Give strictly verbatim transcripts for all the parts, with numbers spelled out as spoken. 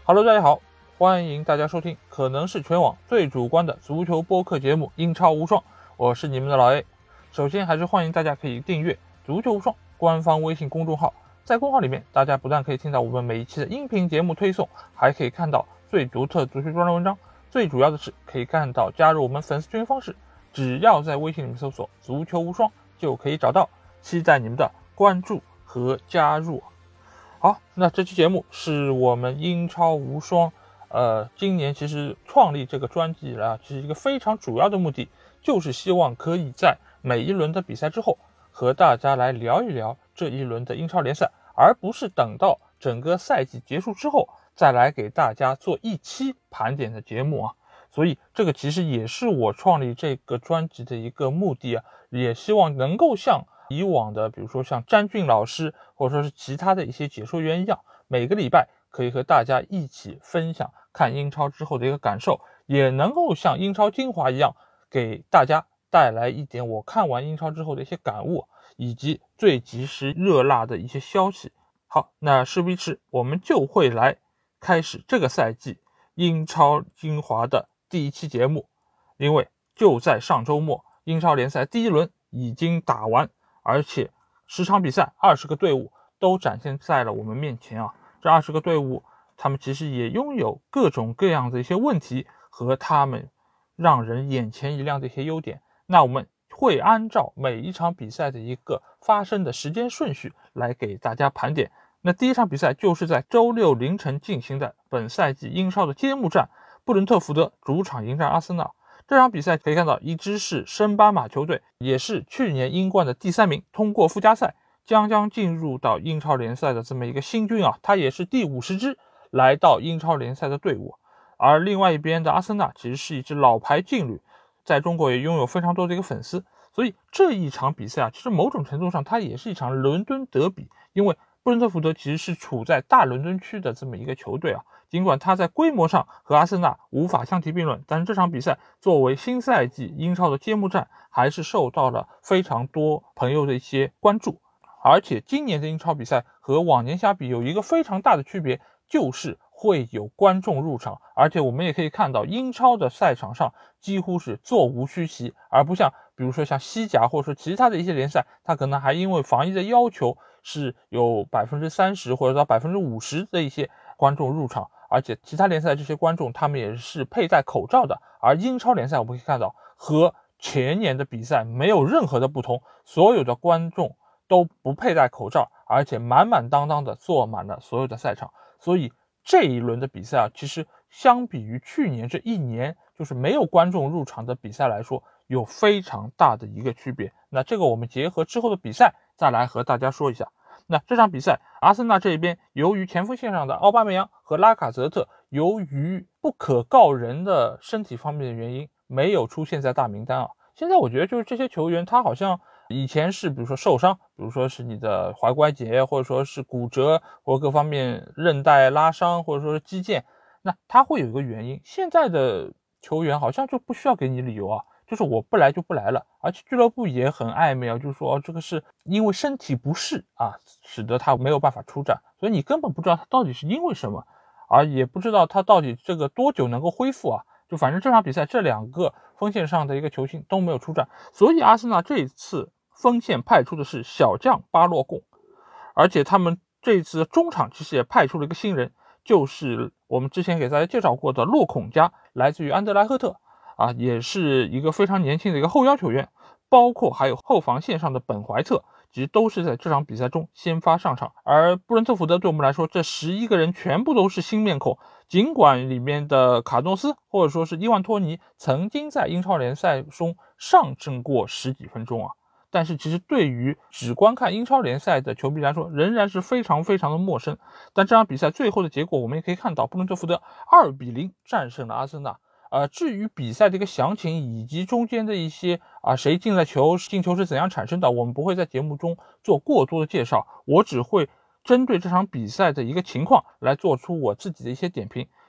Hello， 大家好，欢迎大家收听可能是全网最主观的足球播客节目《英超无双》，我是你们的老 A。首先还是欢迎大家可以订阅足球无双官方微信公众号，在公号里面，大家不但可以听到我们每一期的音频节目推送，还可以看到最独特足球专栏文章，最主要的是可以看到加入我们粉丝群方式，只要在微信里面搜索足球无双就可以找到，期待你们的关注和加入。好，那这期节目是我们英超无双呃，今年其实创立这个专辑啊，其实一个非常主要的目的，就是希望可以在每一轮的比赛之后，和大家来聊一聊这一轮的英超联赛，而不是等到整个赛季结束之后，再来给大家做一期盘点的节目啊。所以这个其实也是我创立这个专辑的一个目的啊，也希望能够像以往的比如说像詹俊老师或者说是其他的一些解说员一样，每个礼拜可以和大家一起分享看英超之后的一个感受，也能够像英超精华一样给大家带来一点我看完英超之后的一些感悟，以及最及时热辣的一些消息。好，那事不宜迟，我们就会来开始这个赛季英超精华的第一期节目。因为就在上周末，英超联赛第一轮已经打完，而且十场比赛二十个队伍都展现在了我们面前啊。这二十个队伍他们其实也拥有各种各样的一些问题和他们让人眼前一亮的一些优点，那我们会按照每一场比赛的一个发生的时间顺序来给大家盘点。那第一场比赛就是在周六凌晨进行的本赛季英超的揭幕战，布伦特福德主场迎战阿森纳。这场比赛可以看到一支是升班马球队，也是去年英冠的第三名，通过附加赛将将进入到英超联赛的这么一个新军啊，它也是第五十支来到英超联赛的队伍。而另外一边的阿森纳其实是一支老牌劲旅，在中国也拥有非常多的一个粉丝，所以这一场比赛啊，其实某种程度上它也是一场伦敦德比，因为布伦特福德其实是处在大伦敦区的这么一个球队啊，尽管它在规模上和阿森纳无法相提并论，但是这场比赛作为新赛季英超的揭幕战，还是受到了非常多朋友的一些关注。而且今年的英超比赛和往年相比有一个非常大的区别，就是会有观众入场，而且我们也可以看到英超的赛场上几乎是座无虚席，而不像比如说像西甲或者说其他的一些联赛，它可能还因为防疫的要求是有 百分之三十 或者到 百分之五十 的一些观众入场，而且其他联赛这些观众他们也是佩戴口罩的。而英超联赛我们可以看到和前年的比赛没有任何的不同，所有的观众都不佩戴口罩，而且满满当当的坐满了所有的赛场。所以这一轮的比赛啊，其实相比于去年这一年就是没有观众入场的比赛来说，有非常大的一个区别。那这个我们结合之后的比赛再来和大家说一下。那这场比赛阿森纳这边由于前锋线上的奥巴梅扬和拉卡泽特由于不可告人的身体方面的原因没有出现在大名单啊。现在我觉得就是这些球员他好像以前是比如说受伤，比如说是你的踝关节或者说是骨折或者各方面韧带拉伤或者说是肌腱，那他会有一个原因。现在的球员好像就不需要给你理由啊，就是我不来就不来了，而且俱乐部也很暧昧啊，就是说、哦、这个是因为身体不适啊，使得他没有办法出战，所以你根本不知道他到底是因为什么，而也不知道他到底这个多久能够恢复啊。就反正这场比赛这两个锋线上的一个球星都没有出战，所以阿森纳这一次锋线派出的是小将巴洛贡，而且他们这一次中场其实也派出了一个新人，就是我们之前给大家介绍过的洛孔加，来自于安德莱赫特啊，也是一个非常年轻的一个后腰球员，包括还有后防线上的本怀特，其实都是在这场比赛中先发上场。而布伦特福德对我们来说，这十一个人全部都是新面孔，尽管里面的卡诺斯或者说是伊万托尼曾经在英超联赛中上阵过十几分钟啊，但是其实对于只观看英超联赛的球迷来说仍然是非常非常的陌生。但这场比赛最后的结果我们也可以看到，布伦特福德二比零战胜了阿森纳。呃，至于比赛的一个详情以及中间的一些啊谁进了球，进球是怎样产生的，我们不会在节目中做过多的介绍，我只会针对这场比赛的一个情况来做出我自己的一些点评。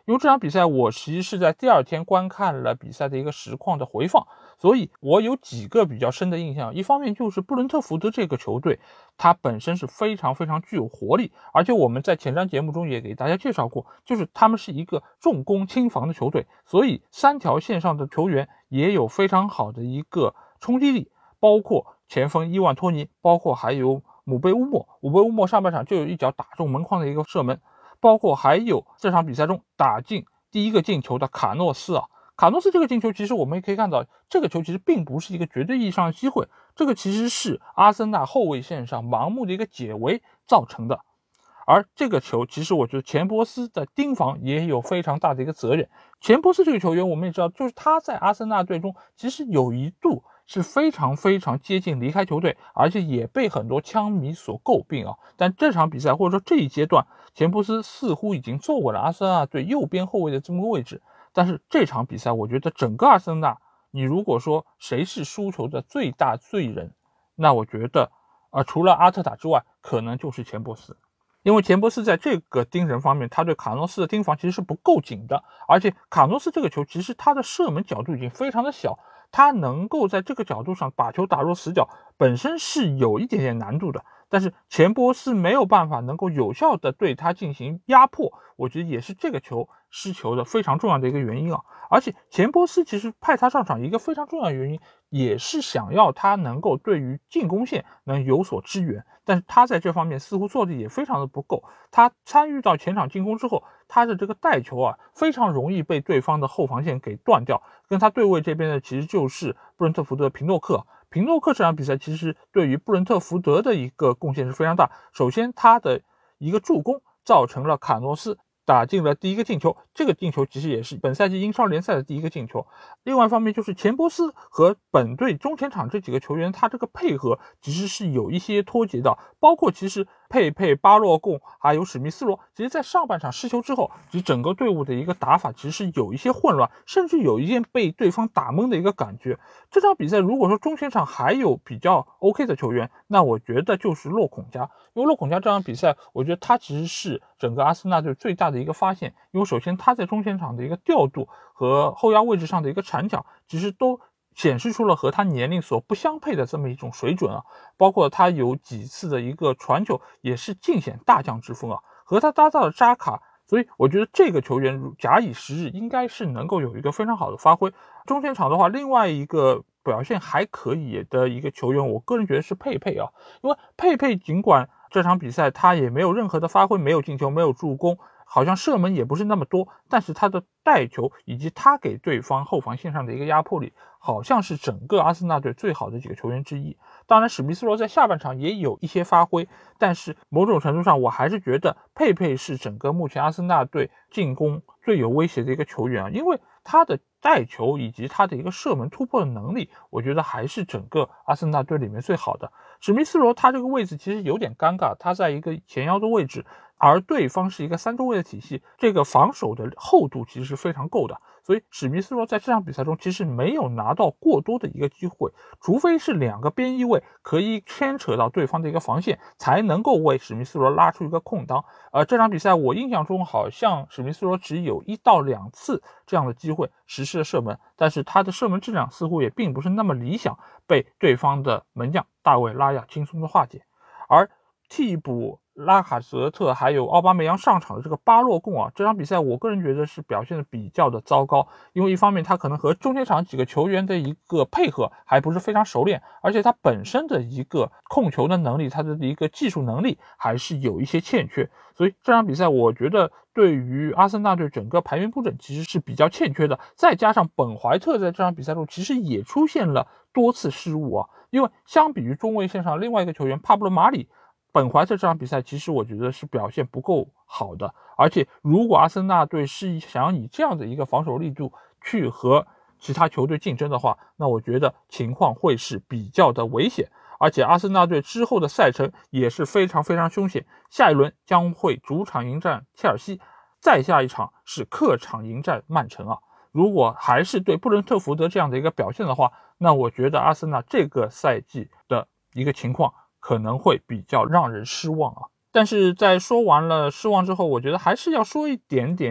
因为这场比赛我其实是在第二天观看了比赛的一个实况的回放，所以我有几个比较深的印象。一方面就是布伦特福德这个球队，它本身是非常非常具有活力，而且我们在前瞻节目中也给大家介绍过，就是他们是一个重攻轻防的球队，所以三条线上的球员也有非常好的一个冲击力，包括前锋伊万托尼，包括还有姆贝乌莫，姆贝乌莫上半场就有一脚打中门框的一个射门，包括还有这场比赛中打进第一个进球的卡诺斯啊。卡诺斯这个进球其实我们也可以看到，这个球其实并不是一个绝对意义上的机会，这个其实是阿森纳后卫线上盲目的一个解围造成的。而这个球其实我觉得钱伯斯的盯防也有非常大的一个责任。钱伯斯这个球员我们也知道，就是他在阿森纳队中其实有一度是非常非常接近离开球队，而且也被很多枪迷所诟病啊。但这场比赛或者说这一阶段，钱伯斯似乎已经坐稳了阿森纳队右边后卫的这么个位置。但是这场比赛我觉得整个阿森纳，你如果说谁是输球的最大罪人，那我觉得呃，除了阿特塔之外，可能就是钱伯斯。因为钱伯斯在这个盯人方面，他对卡诺斯的盯防其实是不够紧的，而且卡诺斯这个球其实他的射门角度已经非常的小，他能够在这个角度上把球打入死角，本身是有一点点难度的。但是钱伯斯没有办法能够有效的对他进行压迫，我觉得也是这个球失球的非常重要的一个原因啊。而且钱伯斯其实派他上场一个非常重要的原因，也是想要他能够对于进攻线能有所支援，但是他在这方面似乎做的也非常的不够。他参与到前场进攻之后，他的这个带球啊，非常容易被对方的后防线给断掉。跟他对位这边的其实就是布伦特福德的平诺克。平诺克这场比赛其实对于布伦特福德的一个贡献是非常大。首先他的一个助攻造成了卡诺斯打进了第一个进球，这个进球其实也是本赛季英超联赛的第一个进球。另外一方面就是钱伯斯和本队中前场这几个球员，他这个配合其实是有一些脱节的，包括其实佩佩、巴洛贡还有史密斯罗，其实在上半场失球之后，其实整个队伍的一个打法其实是有一些混乱，甚至有一些被对方打懵的一个感觉。这场比赛如果说中前场还有比较 OK 的球员，那我觉得就是洛孔加。因为洛孔加这场比赛，我觉得他其实是整个阿森纳队最大的一个发现，因为首先他在中前场的一个调度和后腰位置上的一个铲脚，其实都显示出了和他年龄所不相配的这么一种水准啊。包括他有几次的一个传球也是尽显大将之风啊，和他搭档的扎卡，所以我觉得这个球员假以时日应该是能够有一个非常好的发挥。中前场的话，另外一个表现还可以的一个球员，我个人觉得是佩佩啊，因为佩佩尽管这场比赛他也没有任何的发挥，没有进球，没有助攻，好像射门也不是那么多，但是他的带球以及他给对方后防线上的一个压迫力，好像是整个阿森纳队最好的几个球员之一。当然史密斯罗在下半场也有一些发挥，但是某种程度上我还是觉得佩佩是整个目前阿森纳队进攻最有威胁的一个球员啊，因为他的带球以及他的一个射门突破的能力，我觉得还是整个阿森纳队里面最好的。史密斯罗他这个位置其实有点尴尬，他在一个前腰的位置，而对方是一个三中卫的体系，这个防守的厚度其实是非常够的，所以史密斯罗在这场比赛中其实没有拿到过多的一个机会，除非是两个边翼位可以牵扯到对方的一个防线，才能够为史密斯罗拉出一个空当。而这场比赛我印象中好像史密斯罗只有一到两次这样的机会实施了射门，但是他的射门质量似乎也并不是那么理想，被对方的门将大卫拉亚轻松的化解。而替补拉卡泽特还有奥巴梅扬上场的这个巴洛贡啊，这场比赛我个人觉得是表现的比较的糟糕，因为一方面他可能和中间场几个球员的一个配合还不是非常熟练，而且他本身的一个控球的能力，他的一个技术能力还是有一些欠缺，所以这场比赛我觉得对于阿森纳队整个排兵布阵其实是比较欠缺的。再加上本怀特在这场比赛中其实也出现了多次失误啊，因为相比于中卫线上另外一个球员帕布罗马里，本怀特这场比赛其实我觉得是表现不够好的，而且如果阿森纳队是想以这样的一个防守力度去和其他球队竞争的话，那我觉得情况会是比较的危险。而且阿森纳队之后的赛程也是非常非常凶险，下一轮将会主场迎战切尔西，再下一场是客场迎战曼城啊。如果还是对布伦特福德这样的一个表现的话，那我觉得阿森纳这个赛季的一个情况可能会比较让人失望啊。但是在说完了失望之后，我觉得还是要说一点点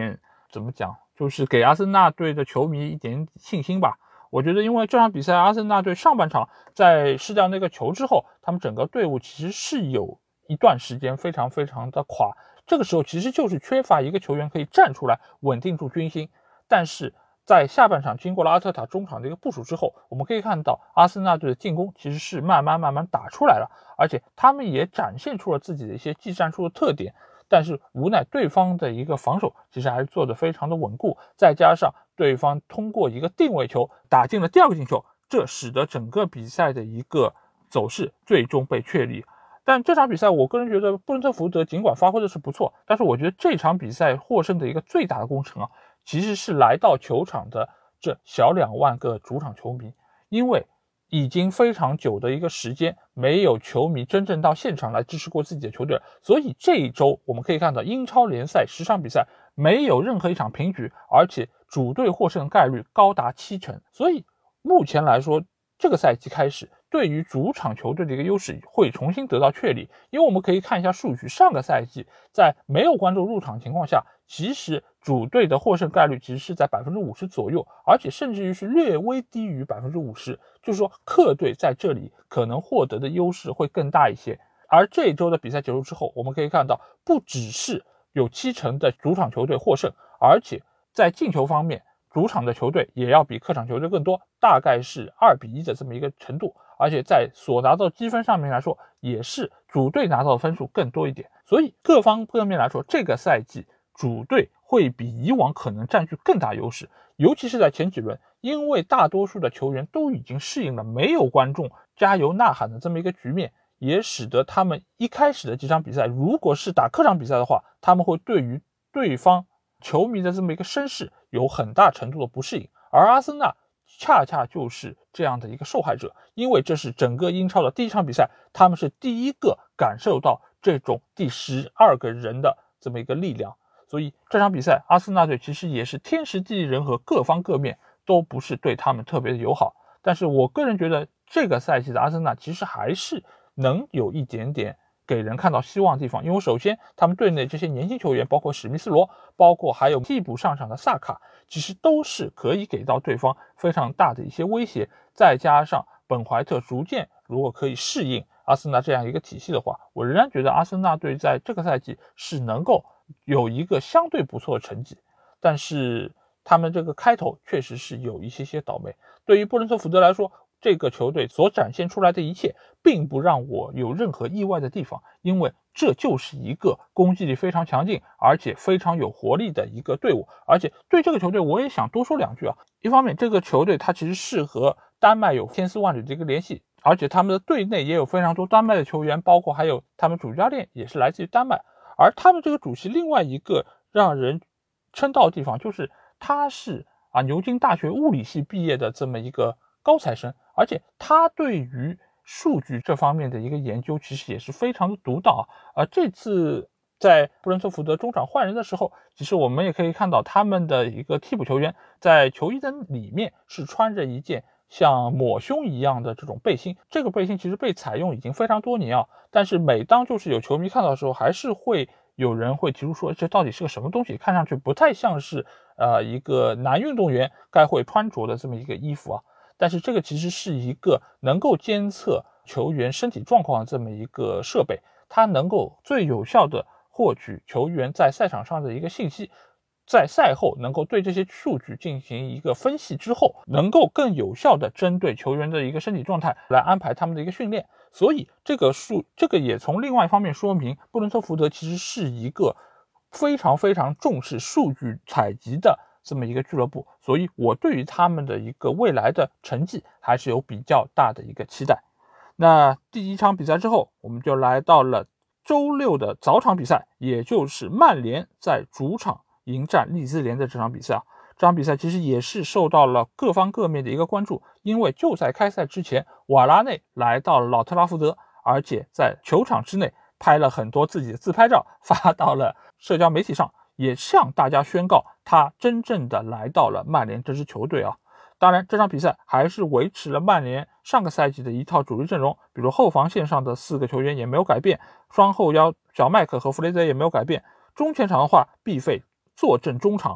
怎么讲，就是给阿森纳队的球迷一点信心吧。我觉得因为这场比赛阿森纳队上半场在失掉那个球之后，他们整个队伍其实是有一段时间非常非常的垮，这个时候其实就是缺乏一个球员可以站出来稳定住军心。但是在下半场经过了阿特塔中场的一个部署之后，我们可以看到阿森纳队的进攻其实是慢慢慢慢打出来了，而且他们也展现出了自己的一些技战术的特点。但是无奈对方的一个防守其实还是做得非常的稳固，再加上对方通过一个定位球打进了第二个进球，这使得整个比赛的一个走势最终被确立。但这场比赛我个人觉得布伦特福德尽管发挥的是不错，但是我觉得这场比赛获胜的一个最大的功臣啊，其实是来到球场的这小两万个主场球迷。因为已经非常久的一个时间没有球迷真正到现场来支持过自己的球队，所以这一周我们可以看到英超联赛十场比赛没有任何一场平局，而且主队获胜概率高达七成。所以目前来说，这个赛季开始对于主场球队的一个优势会重新得到确立。因为我们可以看一下数据，上个赛季在没有观众入场情况下，其实主队的获胜概率其实是在 百分之五十 左右，而且甚至于是略微低于 百分之五十， 就是说客队在这里可能获得的优势会更大一些。而这一周的比赛结束之后，我们可以看到不只是有七成的主场球队获胜，而且在进球方面主场的球队也要比客场球队更多，大概是二比一的这么一个程度，而且在所拿到积分上面来说也是主队拿到的分数更多一点。所以各方各面来说，这个赛季主队会比以往可能占据更大优势，尤其是在前几轮，因为大多数的球员都已经适应了没有观众加油呐喊的这么一个局面，也使得他们一开始的几场比赛，如果是打客场比赛的话，他们会对于对方球迷的这么一个声势有很大程度的不适应。而阿森纳恰恰就是这样的一个受害者，因为这是整个英超的第一场比赛，他们是第一个感受到这种第十二个人的这么一个力量。所以这场比赛阿森纳队其实也是天时地利人和，各方各面都不是对他们特别的友好。但是我个人觉得这个赛季的阿森纳其实还是能有一点点给人看到希望的地方。因为首先他们队内这些年轻球员，包括史密斯罗，包括还有替补上场的萨卡，其实都是可以给到对方非常大的一些威胁。再加上本怀特逐渐如果可以适应阿森纳这样一个体系的话，我仍然觉得阿森纳队在这个赛季是能够有一个相对不错的成绩。但是他们这个开头确实是有一些些倒霉。对于布伦特福德来说，这个球队所展现出来的一切并不让我有任何意外的地方，因为这就是一个攻击力非常强劲而且非常有活力的一个队伍。而且对这个球队我也想多说两句啊。一方面这个球队它其实是和丹麦有千丝万缕的一个联系，而且他们的队内也有非常多丹麦的球员，包括还有他们主教练也是来自于丹麦。而他们这个主席另外一个让人称道的地方就是他是啊牛津大学物理系毕业的这么一个高材生，而且他对于数据这方面的一个研究其实也是非常的独到。而这次在布伦特福德中场换人的时候，其实我们也可以看到他们的一个替补球员在球衣的里面是穿着一件像抹胸一样的这种背心，这个背心其实被采用已经非常多年啊，但是每当就是有球迷看到的时候，还是会有人会提出说这到底是个什么东西，看上去不太像是呃一个男运动员该会穿着的这么一个衣服啊。但是这个其实是一个能够监测球员身体状况的这么一个设备，它能够最有效的获取球员在赛场上的一个信息，在赛后能够对这些数据进行一个分析之后，能够更有效的针对球员的一个身体状态来安排他们的一个训练。所以这个数这个也从另外一方面说明布伦特福德其实是一个非常非常重视数据采集的这么一个俱乐部，所以我对于他们的一个未来的成绩还是有比较大的一个期待。那第一场比赛之后，我们就来到了周六的早场比赛，也就是曼联在主场迎战利兹联的这场比赛啊。这场比赛其实也是受到了各方各面的一个关注，因为就在开赛之前，瓦拉内来到了老特拉福德，而且在球场之内拍了很多自己的自拍照，发到了社交媒体上，也向大家宣告他真正的来到了曼联这支球队啊。当然这场比赛还是维持了曼联上个赛季的一套主力阵容，比如后防线上的四个球员也没有改变，双后腰小麦克和弗雷泽也没有改变，中前场的话毕费坐镇中场，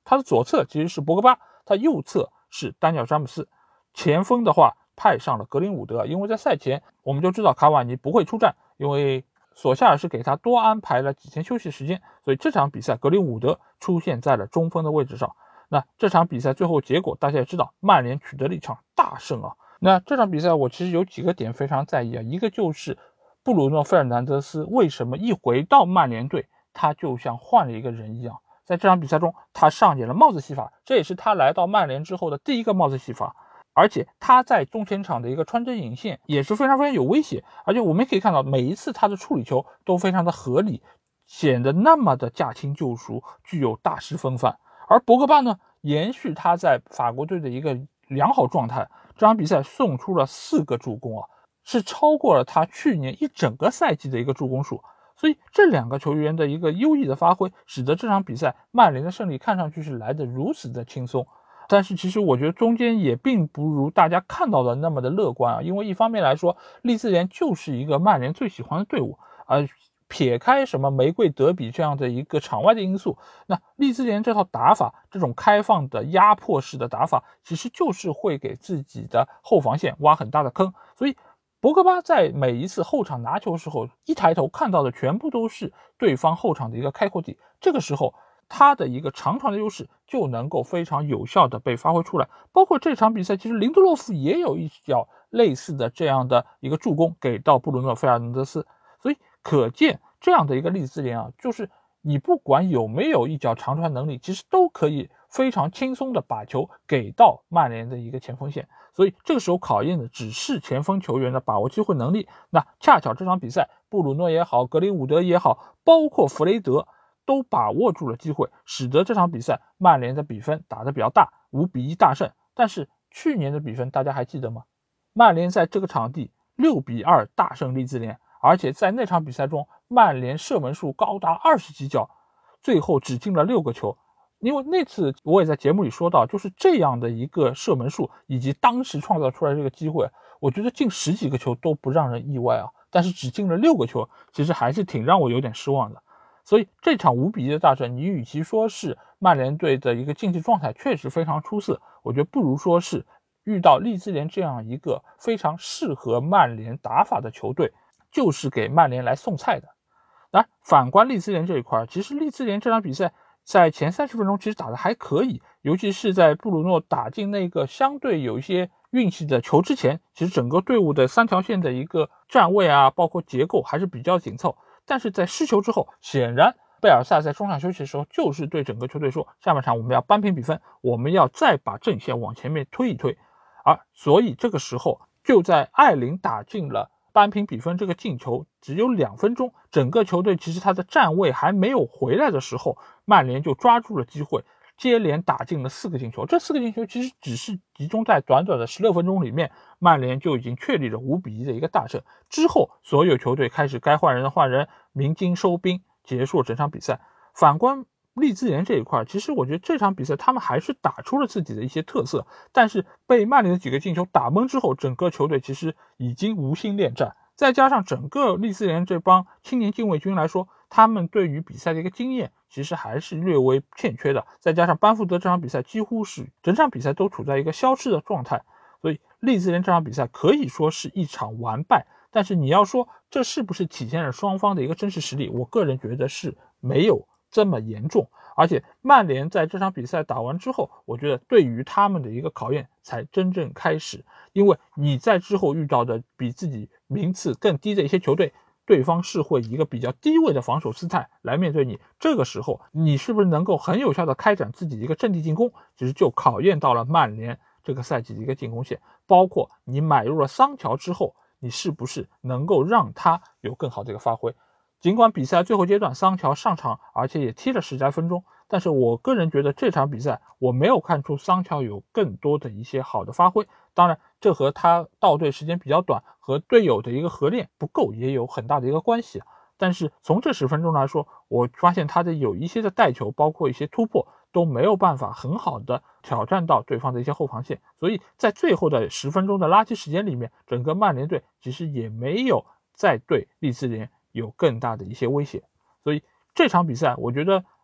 他的左侧其实是博格巴，他右侧是丹尼尔詹姆斯，前锋的话派上了格林伍德，因为在赛前我们就知道卡瓦尼不会出战，因为索夏尔是给他多安排了几天休息时间，所以这场比赛格林伍德出现在了中锋的位置上。那这场比赛最后结果大家也知道，曼联取得了一场大胜啊。那这场比赛我其实有几个点非常在意啊，一个就是布鲁诺·费尔南德斯为什么一回到曼联队他就像换了一个人一样，在这场比赛中他上演了帽子戏法，这也是他来到曼联之后的第一个帽子戏法，而且他在中前场的一个穿针引线也是非常非常有威胁，而且我们可以看到每一次他的处理球都非常的合理，显得那么的驾轻就熟，具有大师风范。而博格巴呢，延续他在法国队的一个良好状态，这场比赛送出了四个助攻啊，是超过了他去年一整个赛季的一个助攻数。所以这两个球员的一个优异的发挥，使得这场比赛曼联的胜利看上去是来得如此的轻松。但是其实我觉得中间也并不如大家看到的那么的乐观啊，因为一方面来说，利兹联就是一个曼联最喜欢的队伍，而撇开什么玫瑰德比这样的一个场外的因素，那利兹联这套打法，这种开放的压迫式的打法，其实就是会给自己的后防线挖很大的坑。所以博格巴在每一次后场拿球时候，一抬头看到的全部都是对方后场的一个开阔地，这个时候他的一个长传的优势就能够非常有效的被发挥出来。包括这场比赛，其实林德洛夫也有一脚类似的这样的一个助攻给到布鲁诺·费尔南德斯，所以可见这样的一个利兹联啊，就是你不管有没有一脚长传能力，其实都可以非常轻松的把球给到曼联的一个前锋线。所以这个时候考验的只是前锋球员的把握机会能力。那恰巧这场比赛，布鲁诺也好，格林伍德也好，包括弗雷德都把握住了机会，使得这场比赛曼联的比分打得比较大，五比一大胜。但是去年的比分大家还记得吗？曼联在这个场地六比二大胜利兹联，而且在那场比赛中，曼联射门数高达二十几脚，最后只进了六个球。因为那次我也在节目里说到，就是这样的一个射门数以及当时创造出来这个机会，我觉得进十几个球都不让人意外啊，但是只进了六个球，其实还是挺让我有点失望的。所以这场五比一的大胜，你与其说是曼联队的一个竞技状态确实非常出色，我觉得不如说是遇到利兹联这样一个非常适合曼联打法的球队，就是给曼联来送菜的。当然反观利兹联这一块，其实利兹联这场比赛在前三十分钟其实打得还可以，尤其是在布鲁诺打进那个相对有一些运气的球之前，其实整个队伍的三条线的一个站位啊，包括结构还是比较紧凑。但是在失球之后，显然贝尔萨在中场休息的时候就是对整个球队说，下半场我们要扳平比分，我们要再把阵线往前面推一推。而所以这个时候就在艾林打进了扳平比分这个进球只有两分钟，整个球队其实他的站位还没有回来的时候，曼联就抓住了机会，接连打进了四个进球。这四个进球其实只是集中在短短的十六分钟里面，曼联就已经确立了五比一的一个大胜。之后所有球队开始该换人的换人，鸣金收兵，结束了整场比赛。反观利兹联这一块，其实我觉得这场比赛他们还是打出了自己的一些特色，但是被曼联的几个进球打懵之后，整个球队其实已经无心恋战。再加上整个利兹联这帮青年禁卫军来说，他们对于比赛的一个经验其实还是略微欠缺的，再加上班福德这场比赛几乎是整场比赛都处在一个消失的状态，所以利兹联这场比赛可以说是一场完败。但是你要说这是不是体现了双方的一个真实实力，我个人觉得是没有这么严重。而且曼联在这场比赛打完之后，我觉得对于他们的一个考验才真正开始，因为你在之后遇到的比自己名次更低的一些球队，对方是会以一个比较低位的防守姿态来面对你，这个时候你是不是能够很有效的开展自己的一个阵地进攻，其实就考验到了曼联这个赛季的一个进攻线，包括你买入了桑乔之后，你是不是能够让他有更好的一个发挥。尽管比赛最后阶段桑乔上场，而且也踢了十来分钟，但是我个人觉得这场比赛我没有看出桑乔有更多的一些好的发挥。当然这和他到队时间比较短，和队友的一个合练不够也有很大的一个关系。但是从这十分钟来说，我发现他的有一些的带球，包括一些突破都没有办法很好的挑战到对方的一些后防线，所以在最后的十分钟的垃圾时间里面，整个曼联队其实也没有再对利兹联有更大的一些威胁。所以这场比赛我觉得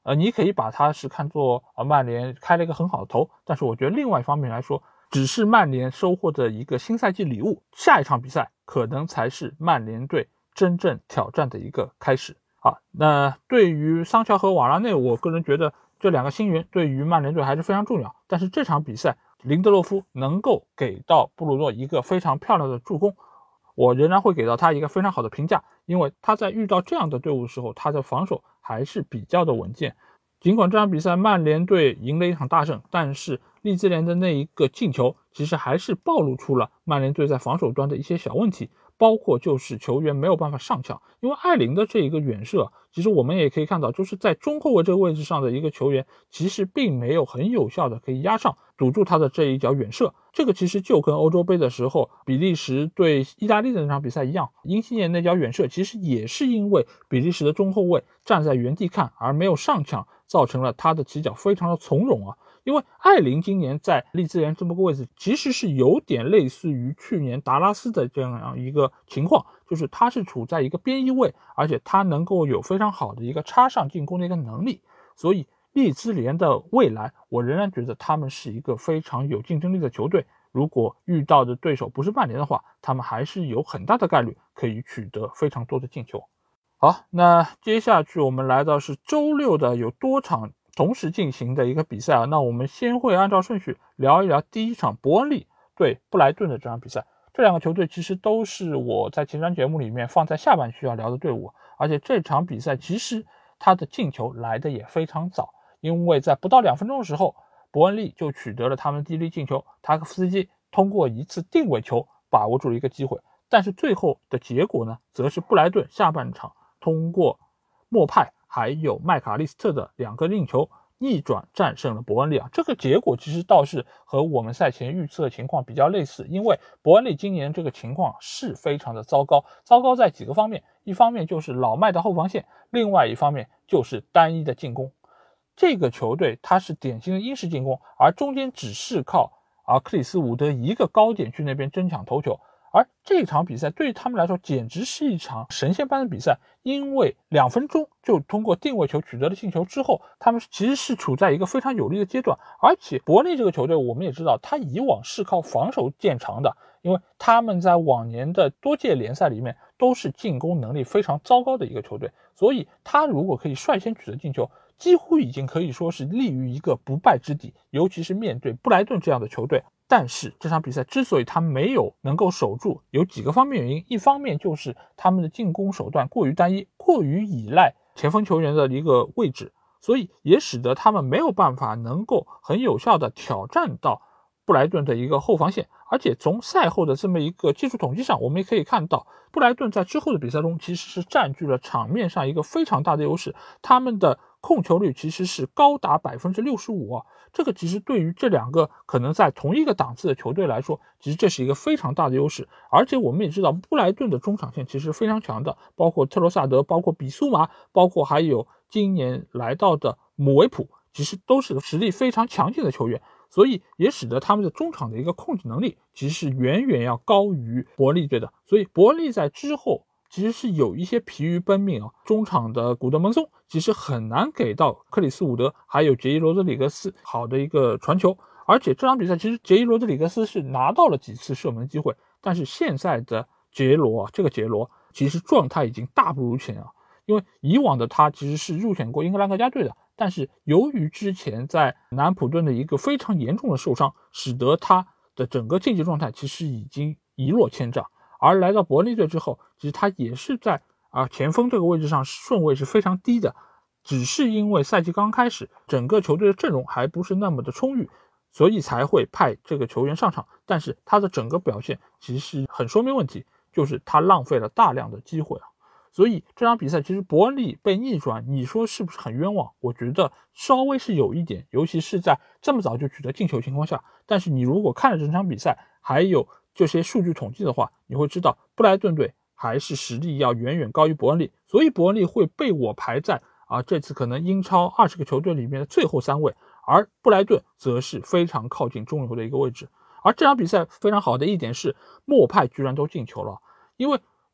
呃，你可以把它是看作呃曼联开了一个很好的头，但是我觉得另外一方面来说，只是曼联收获的一个新赛季礼物，下一场比赛可能才是曼联队真正挑战的一个开始啊。那对于桑乔和瓦拉内，我个人觉得这两个新援对于曼联队还是非常重要，但是这场比赛林德洛夫能够给到布鲁诺一个非常漂亮的助攻，我仍然会给到他一个非常好的评价，因为他在遇到这样的队伍的时候，他的防守还是比较的稳健。尽管这场比赛曼联队赢了一场大胜，但是利兹联的那一个进球其实还是暴露出了曼联队在防守端的一些小问题，包括就是球员没有办法上抢，因为艾琳的这一个远射，其实我们也可以看到，就是在中后卫这个位置上的一个球员，其实并没有很有效的可以压上堵住他的这一脚远射。这个其实就跟欧洲杯的时候比利时对意大利的那场比赛一样，因西涅那脚远射其实也是因为比利时的中后卫站在原地看而没有上抢，造成了他的起脚非常的从容啊。因为艾琳今年在利兹联这么个位置其实是有点类似于去年达拉斯的这样一个情况，就是他是处在一个边翼位，而且他能够有非常好的一个插上进攻的一个能力，所以利兹联的未来我仍然觉得他们是一个非常有竞争力的球队，如果遇到的对手不是曼联的话，他们还是有很大的概率可以取得非常多的进球。好，那接下去我们来到是周六的有多场同时进行的一个比赛啊，那我们先会按照顺序聊一聊第一场伯恩利对布莱顿的这场比赛。这两个球队其实都是我在前瞻节目里面放在下半区要聊的队伍，而且这场比赛其实他的进球来的也非常早，因为在不到两分钟的时候，伯恩利就取得了他们第一粒进球，塔可夫斯基通过一次定位球把握住了一个机会，但是最后的结果呢，则是布莱顿下半场通过莫派还有麦卡利斯特的两个进球逆转战胜了伯恩利啊。这个结果其实倒是和我们赛前预测的情况比较类似，因为伯恩利今年这个情况是非常的糟糕，糟糕在几个方面，一方面就是老迈的后防线，另外一方面就是单一的进攻。这个球队它是典型的英式进攻，而中间只是靠啊克里斯伍德一个高点去那边争抢头球，而这场比赛对于他们来说简直是一场神仙般的比赛，因为两分钟就通过定位球取得了进球之后，他们其实是处在一个非常有利的阶段。而且伯恩利这个球队我们也知道，他以往是靠防守见长的，因为他们在往年的多届联赛里面都是进攻能力非常糟糕的一个球队，所以他如果可以率先取得进球，几乎已经可以说是立于一个不败之地，尤其是面对布莱顿这样的球队。但是这场比赛之所以他没有能够守住，有几个方面原因，一方面就是他们的进攻手段过于单一，过于依赖前锋球员的一个位置，所以也使得他们没有办法能够很有效的挑战到布莱顿的一个后防线。而且从赛后的这么一个技术统计上，我们也可以看到布莱顿在之后的比赛中其实是占据了场面上一个非常大的优势，他们的控球率其实是高达 百分之六十五 啊，这个其实对于这两个可能在同一个档次的球队来说，其实这是一个非常大的优势。而且我们也知道布莱顿的中场线其实非常强的，包括特罗萨德，包括比苏马，包括还有今年来到的姆维普，其实都是实力非常强劲的球员，所以也使得他们的中场的一个控制能力其实是远远要高于伯恩利队的。所以伯恩利在之后其实是有一些疲于奔命啊，中场的古德蒙松其实很难给到克里斯伍德还有杰伊罗德里格斯好的一个传球，而且这场比赛其实杰伊罗德里格斯是拿到了几次射门机会，但是现在的杰罗啊，这个杰罗其实状态已经大不如前啊，因为以往的他其实是入选过英格兰国家队的，但是由于之前在南安普顿的一个非常严重的受伤，使得他的整个竞技状态其实已经一落千丈。而来到伯恩利队之后，其实他也是在啊前锋这个位置上顺位是非常低的，只是因为赛季刚开始，整个球队的阵容还不是那么的充裕，所以才会派这个球员上场。但是他的整个表现其实很说明问题，就是他浪费了大量的机会啊。所以这场比赛其实伯恩利被逆转，你说是不是很冤枉？我觉得稍微是有一点，尤其是在这么早就取得进球情况下。但是你如果看了整场比赛，还有这些数据统计的话，你会知道布莱顿队还是实力要远远高于伯恩利，所以伯恩利会被我排在啊这次可能英超二十个球队里面的最后三位，而布莱顿则是非常靠近中游的一个位置。而这场比赛非常好的一点是莫派居然都进球了，因为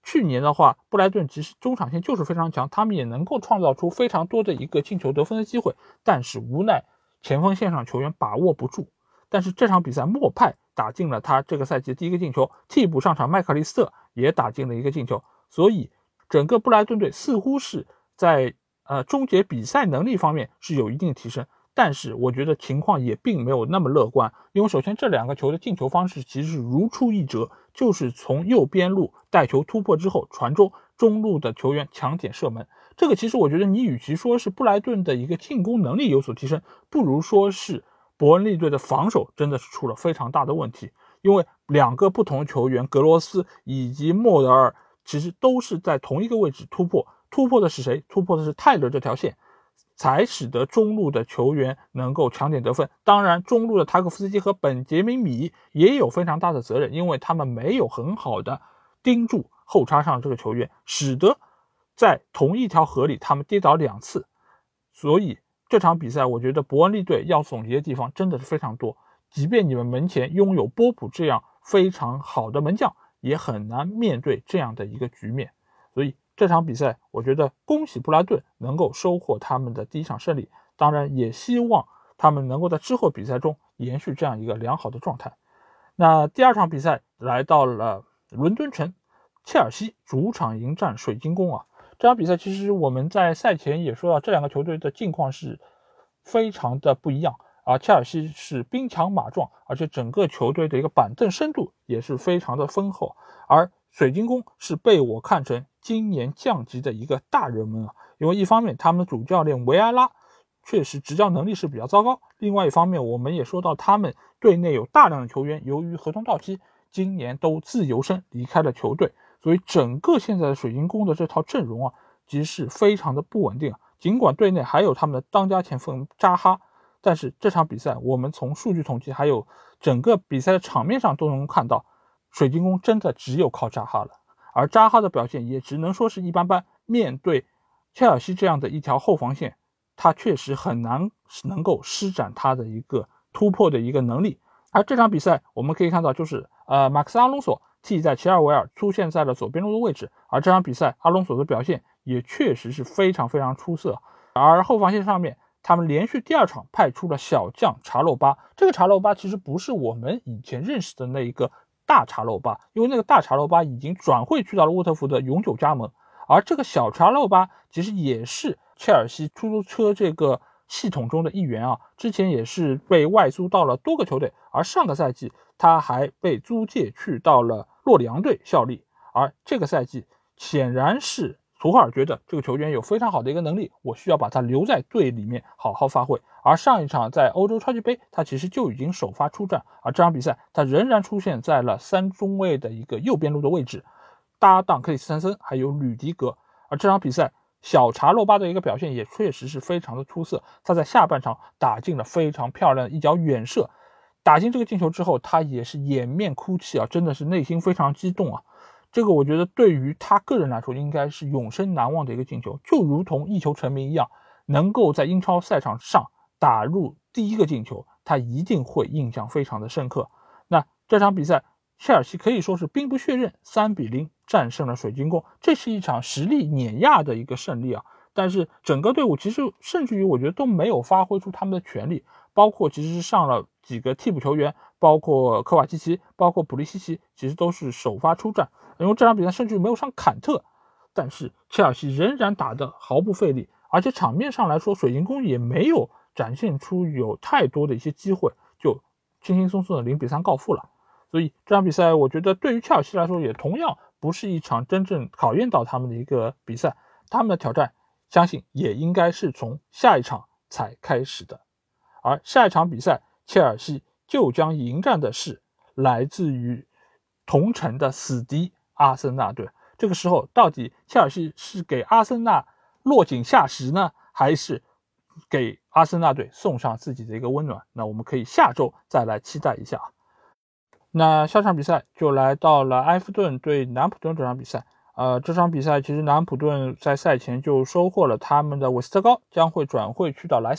去年的话，布莱顿其实中场线就是非常强，他们也能够创造出非常多的一个进球得分的机会，但是无奈前锋线上球员把握不住。但是这场比赛莫派打进了他这个赛季的第一个进球，替补上场麦克利斯特也打进了一个进球，所以整个布莱顿队似乎是在呃终结比赛能力方面是有一定的提升，但是我觉得情况也并没有那么乐观，因为首先这两个球的进球方式其实是如出一辙，就是从右边路带球突破之后传中，中路的球员抢点射门。这个其实我觉得你与其说是布莱顿的一个进攻能力有所提升，不如说是伯恩利队的防守真的是出了非常大的问题，因为两个不同球员格罗斯以及莫德尔其实都是在同一个位置突破，突破的是谁？突破的是泰勒这条线，才使得中路的球员能够抢点得分。当然中路的塔可夫斯基和本杰明米也有非常大的责任，因为他们没有很好的盯住后插上这个球员，使得在同一条河里他们跌倒两次。所以这场比赛我觉得伯恩利队要总结的地方真的是非常多，即便你们门前拥有波普这样非常好的门将，也很难面对这样的一个局面。所以这场比赛我觉得恭喜布莱顿能够收获他们的第一场胜利，当然也希望他们能够在之后比赛中延续这样一个良好的状态。那第二场比赛来到了伦敦城，切尔西主场迎战水晶宫啊。这场比赛其实我们在赛前也说到，这两个球队的境况是非常的不一样啊。切尔西是兵强马壮，而且整个球队的一个板凳深度也是非常的丰厚，而水晶宫是被我看成今年降级的一个大热门啊。因为一方面他们的主教练维埃拉确实执教能力是比较糟糕，另外一方面我们也说到他们队内有大量的球员由于合同到期，今年都自由身离开了球队，所以整个现在的水晶宫的这套阵容啊，其实是非常的不稳定啊。尽管队内还有他们的当家前锋扎哈，但是这场比赛我们从数据统计还有整个比赛的场面上都能看到，水晶宫真的只有靠扎哈了，而扎哈的表现也只能说是一般般。面对切尔西这样的一条后防线，他确实很难能够施展他的一个突破的一个能力。而这场比赛我们可以看到，就是呃马克斯阿隆索替在齐尔维尔出现在了左边路的位置，而这场比赛阿隆索的表现也确实是非常非常出色。而后防线上面他们连续第二场派出了小将查洛巴，这个查洛巴其实不是我们以前认识的那一个大查洛巴，因为那个大查洛巴已经转会去到了沃特福德永久加盟，而这个小查洛巴其实也是切尔西出租车这个系统中的一员啊，之前也是被外租到了多个球队，而上个赛季他还被租借去到了洛里昂队效力，而这个赛季显然是图赫尔觉得这个球员有非常好的一个能力，我需要把他留在队里面好好发挥。而上一场在欧洲超级杯他其实就已经首发出战，而这场比赛他仍然出现在了三中卫的一个右边路的位置，搭档克里斯滕森还有吕迪格。而这场比赛小查洛巴的一个表现也确实是非常的出色，他在下半场打进了非常漂亮的一脚远射，打进这个进球之后他也是掩面哭泣啊，真的是内心非常激动啊。这个我觉得对于他个人来说应该是永生难忘的一个进球，就如同一球成名一样，能够在英超赛场上打入第一个进球，他一定会印象非常的深刻。那这场比赛切尔西可以说是兵不血刃，三比零战胜了水晶宫，这是一场实力碾压的一个胜利啊。但是整个队伍其实甚至于我觉得都没有发挥出他们的全力，包括其实是上了几个替补球员，包括科瓦基奇，包括普利西奇，其实都是首发出战，因为这场比赛甚至没有上坎特，但是切尔西仍然打得毫不费力，而且场面上来说水晶宫也没有展现出有太多的一些机会，就轻轻松松的零比三告负了。所以这场比赛我觉得对于切尔西来说也同样不是一场真正考验到他们的一个比赛，他们的挑战相信也应该是从下一场才开始的。而下一场比赛切尔西就将迎战的是来自于同城的死敌阿森纳队，这个时候到底切尔西是给阿森纳落井下石呢，还是给阿森纳队送上自己的一个温暖？那我们可以下周再来期待一下。那下场比赛就来到了埃弗顿对南普顿这场比赛。呃，这场比赛其实南普顿在赛前就收获了他们的韦斯特高将会转会去到莱斯特，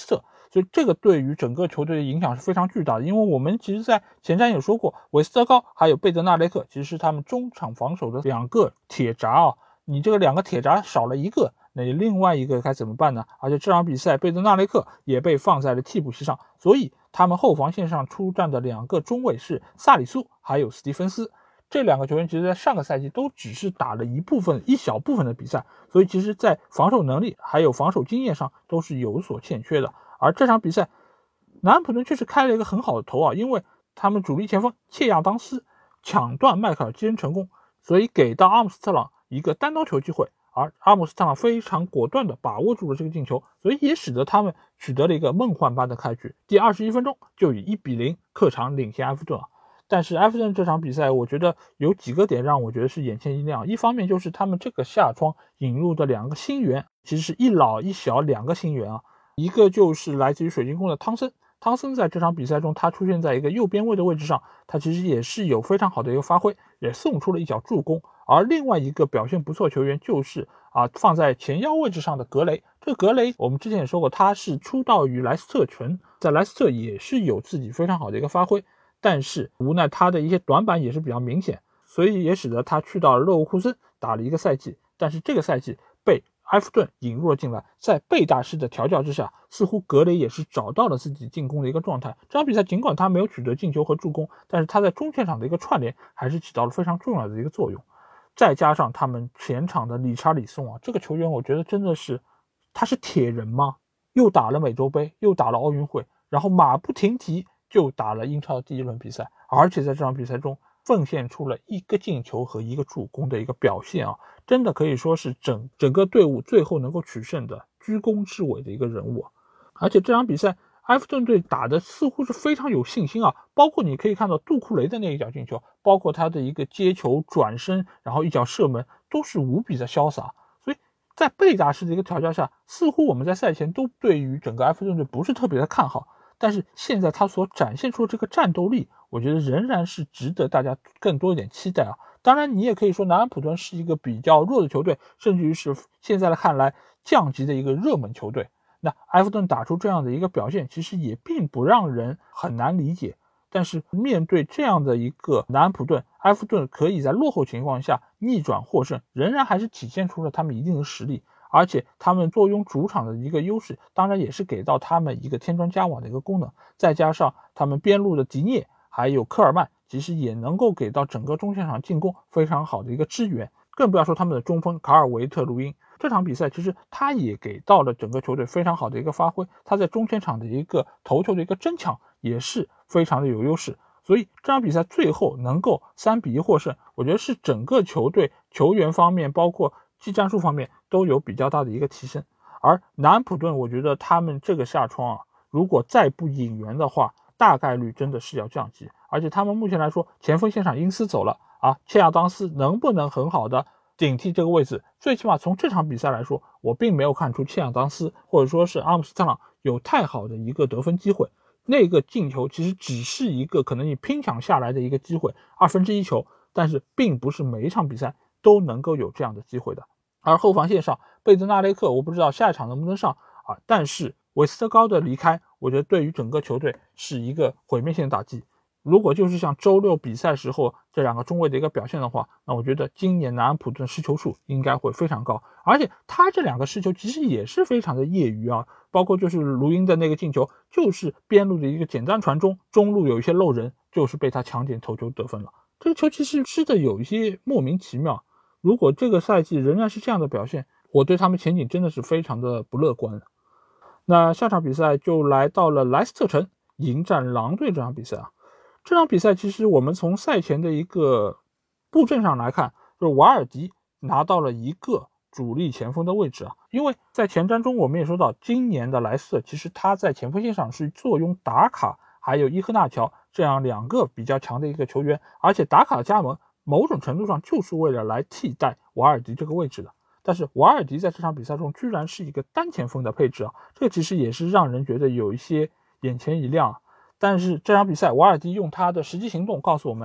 所以这个对于整个球队的影响是非常巨大的。因为我们其实在前瞻也说过，韦斯特高还有贝德纳雷克其实是他们中场防守的两个铁闸啊，你这个两个铁闸少了一个，那你另外一个该怎么办呢？而且这场比赛贝德纳雷克也被放在了替补席上，所以他们后防线上出战的两个中卫是萨里苏还有斯蒂芬斯。这两个球员其实在上个赛季都只是打了一部分一小部分的比赛，所以其实在防守能力还有防守经验上都是有所欠缺的。而这场比赛南安普顿确实开了一个很好的头啊，因为他们主力前锋切亚当斯抢断迈克尔基恩成功，所以给到阿姆斯特朗一个单刀球机会，而阿姆斯特朗非常果断地把握住了这个进球，所以也使得他们取得了一个梦幻般的开局。第二十一分钟就以一比零客场领先埃弗顿啊。但是埃弗顿这场比赛我觉得有几个点让我觉得是眼前一亮，一方面就是他们这个夏窗引入的两个新援，其实是一老一小两个新援啊，一个就是来自于水晶宫的汤森，汤森在这场比赛中他出现在一个右边卫的位置上，他其实也是有非常好的一个发挥，也送出了一脚助攻。而另外一个表现不错球员就是啊放在前腰位置上的格雷，这个格雷我们之前也说过，他是出道于莱斯特城，在莱斯特也是有自己非常好的一个发挥，但是无奈他的一些短板也是比较明显，所以也使得他去到了勒沃库森打了一个赛季，但是这个赛季被埃弗顿引入了进来，在贝大师的调教之下，似乎格雷也是找到了自己进攻的一个状态。这场比赛尽管他没有取得进球和助攻，但是他在中前场的一个串联还是起到了非常重要的一个作用。再加上他们前场的理查里松啊，这个球员我觉得真的是，他是铁人吗？又打了美洲杯，又打了奥运会，然后马不停蹄就打了英超第一轮比赛，而且在这场比赛中奉献出了一个进球和一个助攻的一个表现啊，真的可以说是整整个队伍最后能够取胜的居功至伟的一个人物啊。而且这场比赛埃弗顿队打的似乎是非常有信心啊，包括你可以看到杜库雷的那一脚进球，包括他的一个接球转身然后一脚射门，都是无比的潇洒。所以在贝大师的一个调教下，似乎我们在赛前都对于整个埃弗顿队不是特别的看好，但是现在他所展现出的这个战斗力，我觉得仍然是值得大家更多一点期待啊。当然你也可以说南安普顿是一个比较弱的球队，甚至于是现在看来降级的一个热门球队，那埃弗顿打出这样的一个表现其实也并不让人很难理解。但是面对这样的一个南安普顿，埃弗顿可以在落后情况下逆转获胜，仍然还是体现出了他们一定的实力，而且他们坐拥主场的一个优势，当然也是给到他们一个添砖加瓦的一个功能。再加上他们边路的迪涅还有科尔曼，其实也能够给到整个中前场进攻非常好的一个支援，更不要说他们的中锋卡尔维特卢因，这场比赛其实他也给到了整个球队非常好的一个发挥，他在中前场的一个头球的一个争抢也是非常的有优势。所以这场比赛最后能够三比一获胜，我觉得是整个球队球员方面包括技战术方面都有比较大的一个提升。而南安普顿我觉得他们这个夏窗啊，如果再不引援的话，大概率真的是要降级。而且他们目前来说前锋线上因斯走了啊，切亚当斯能不能很好的顶替这个位置，最起码从这场比赛来说，我并没有看出切亚当斯或者说是阿姆斯特朗有太好的一个得分机会。那个进球其实只是一个可能你拼抢下来的一个机会，二分之一球，但是并不是每一场比赛都能够有这样的机会的。而后防线上贝德纳雷克我不知道下一场能不能上啊，但是韦斯特高的离开我觉得对于整个球队是一个毁灭性的打击。如果就是像周六比赛时候这两个中卫的一个表现的话，那我觉得今年南安普顿失球数应该会非常高，而且他这两个失球其实也是非常的业余啊，包括就是卢因的那个进球，就是边路的一个简单传中，中路有一些漏人，就是被他抢点头球得分了。这个球其实失的有一些莫名其妙，如果这个赛季仍然是这样的表现，我对他们前景真的是非常的不乐观了。那下场比赛就来到了莱斯特城迎战狼队这场比赛啊。这场比赛其实我们从赛前的一个布阵上来看，就是瓦尔迪拿到了一个主力前锋的位置啊，因为在前瞻中我们也说到，今年的莱斯特其实他在前锋线上是坐拥达卡还有伊赫纳乔这样两个比较强的一个球员，而且达卡的加盟某种程度上就是为了来替代瓦尔迪这个位置的。但是瓦尔迪在这场比赛中居然是一个单前锋的配置啊，这个其实也是让人觉得有一些眼前一亮啊。但是这场比赛瓦尔迪用他的实际行动告诉我们，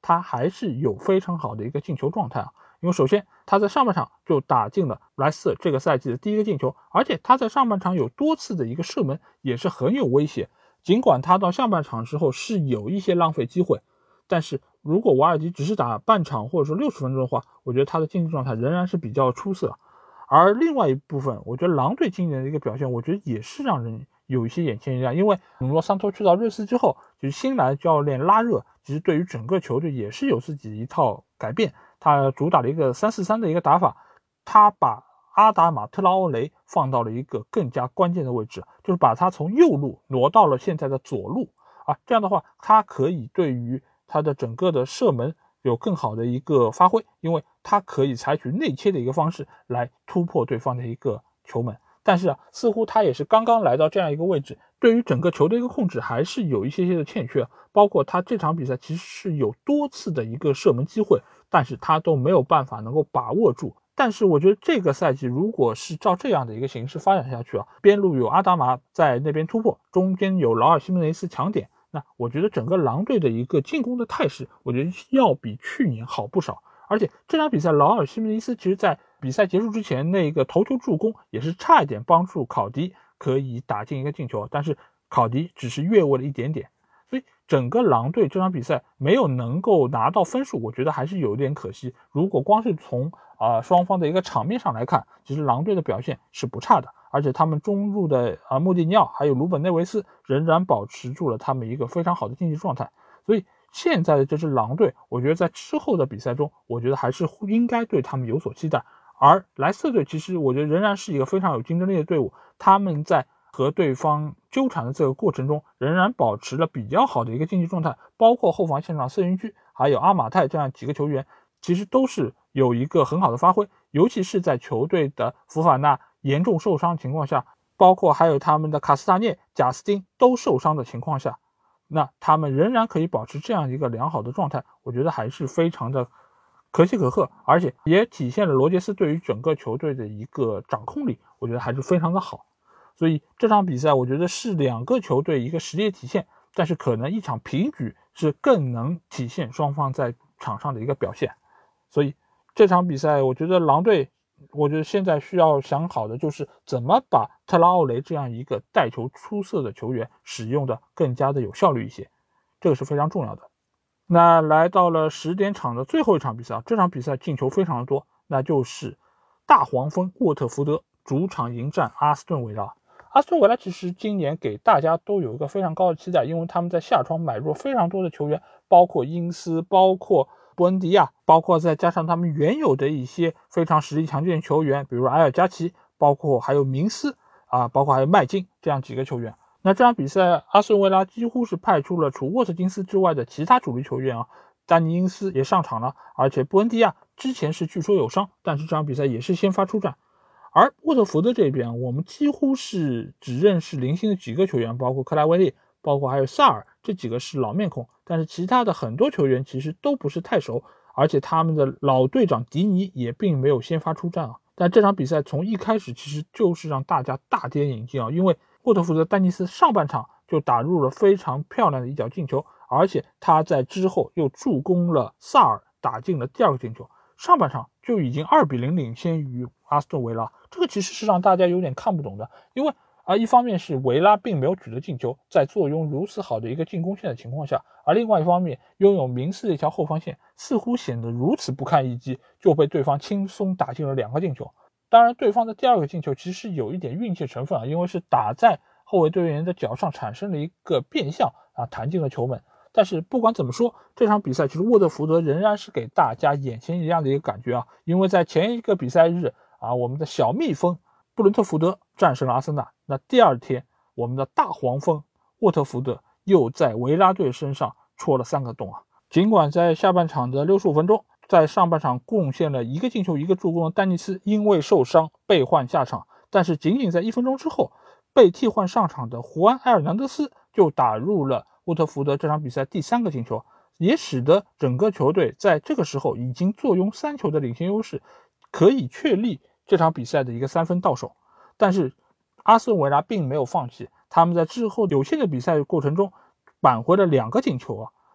他还是有非常好的一个进球状态啊。因为首先他在上半场就打进了莱斯特这个赛季的第一个进球，而且他在上半场有多次的一个射门也是很有威胁。尽管他到下半场之后是有一些浪费机会，但是如果瓦尔迪只是打半场或者说六十分钟的话，我觉得他的竞技状态仍然是比较出色。而另外一部分，我觉得狼队今年的一个表现，我觉得也是让人有一些眼前一亮。因为努诺桑托去到热刺之后，就是新来的教练拉热，其实对于整个球队也是有自己的一套改变。他主打了一个三四三的一个打法，他把阿达马特拉欧雷放到了一个更加关键的位置，就是把他从右路挪到了现在的左路啊，这样的话他可以对于他的整个的射门有更好的一个发挥，因为他可以采取内切的一个方式来突破对方的一个球门。但是啊，似乎他也是刚刚来到这样一个位置，对于整个球的一个控制还是有一些些的欠缺，包括他这场比赛其实是有多次的一个射门机会，但是他都没有办法能够把握住。但是我觉得这个赛季如果是照这样的一个形式发展下去啊，边路有阿达玛在那边突破，中间有劳尔西门内斯抢点，那我觉得整个狼队的一个进攻的态势，我觉得要比去年好不少。而且这场比赛劳尔西门内斯其实在比赛结束之前那个头球助攻也是差一点帮助考迪可以打进一个进球，但是考迪只是越位了一点点，所以整个狼队这场比赛没有能够拿到分数，我觉得还是有点可惜。如果光是从啊、呃、双方的一个场面上来看，其实狼队的表现是不差的，而且他们中路的啊、呃、穆蒂尼奥还有鲁本内维斯仍然保持住了他们一个非常好的竞技状态，所以现在的这支狼队，我觉得在之后的比赛中，我觉得还是应该对他们有所期待。而莱斯特队其实我觉得仍然是一个非常有竞争力的队伍，他们在和对方纠缠的这个过程中，仍然保持了比较好的一个竞技状态，包括后防线上瑟云居还有阿马泰这样几个球员，其实都是有一个很好的发挥，尤其是在球队的福法纳严重受伤情况下，包括还有他们的卡斯塔涅、贾斯汀都受伤的情况下，那他们仍然可以保持这样一个良好的状态，我觉得还是非常的可喜可贺，而且也体现了罗杰斯对于整个球队的一个掌控力，我觉得还是非常的好。所以这场比赛我觉得是两个球队一个实力体现，但是可能一场平局是更能体现双方在场上的一个表现。所以这场比赛我觉得狼队，我觉得现在需要想好的就是怎么把特拉奥雷这样一个带球出色的球员使用的更加的有效率一些，这个是非常重要的。那来到了十点场的最后一场比赛，这场比赛进球非常的多，那就是大黄蜂沃特福德主场迎战阿斯顿维拉。阿斯顿维拉其实今年给大家都有一个非常高的期待，因为他们在夏窗买入非常多的球员，包括因斯，包括布恩迪亚，包括再加上他们原有的一些非常实力强劲的球员，比如埃尔加奇，包括还有明斯啊，包括还有麦金这样几个球员。那这场比赛阿斯顿维拉几乎是派出了除沃特金斯之外的其他主力球员啊，丹尼因斯也上场了，而且布恩迪亚之前是据说有伤，但是这场比赛也是先发出战。而沃特福德这边，我们几乎是只认识零星的几个球员，包括克莱威利，包括还有萨尔，这几个是老面孔，但是其他的很多球员其实都不是太熟，而且他们的老队长迪尼也并没有先发出战啊。但这场比赛从一开始其实就是让大家大跌眼镜啊，因为沃特福德丹尼斯上半场就打入了非常漂亮的一脚进球，而且他在之后又助攻了萨尔打进了第二个进球，上半场就已经二比零领先于阿斯顿维拉，这个其实是让大家有点看不懂的，因为啊，一方面是维拉并没有取得进球，在坐拥如此好的一个进攻线的情况下，而另外一方面拥有明斯的一条后防线似乎显得如此不堪一击，就被对方轻松打进了两个进球。当然对方的第二个进球其实是有一点运气成分啊，因为是打在后卫队员的脚上产生了一个变向啊，弹进了球门。但是不管怎么说，这场比赛其实沃特福德仍然是给大家眼前一亮的一个感觉啊，因为在前一个比赛日啊，我们的小蜜蜂布伦特福德战胜了阿森纳，那第二天我们的大黄蜂沃特福德又在维拉队身上戳了三个洞啊。尽管在下半场的六十五分钟，在上半场贡献了一个进球一个助攻的丹尼斯因为受伤被换下场，但是仅仅在一分钟之后被替换上场的胡安埃尔南德斯就打入了沃特福德这场比赛第三个进球，也使得整个球队在这个时候已经坐拥三球的领先优势，可以确立这场比赛的一个三分到手。但是阿斯顿维拉并没有放弃，他们在之后有限的比赛过程中扳回了两个进球啊。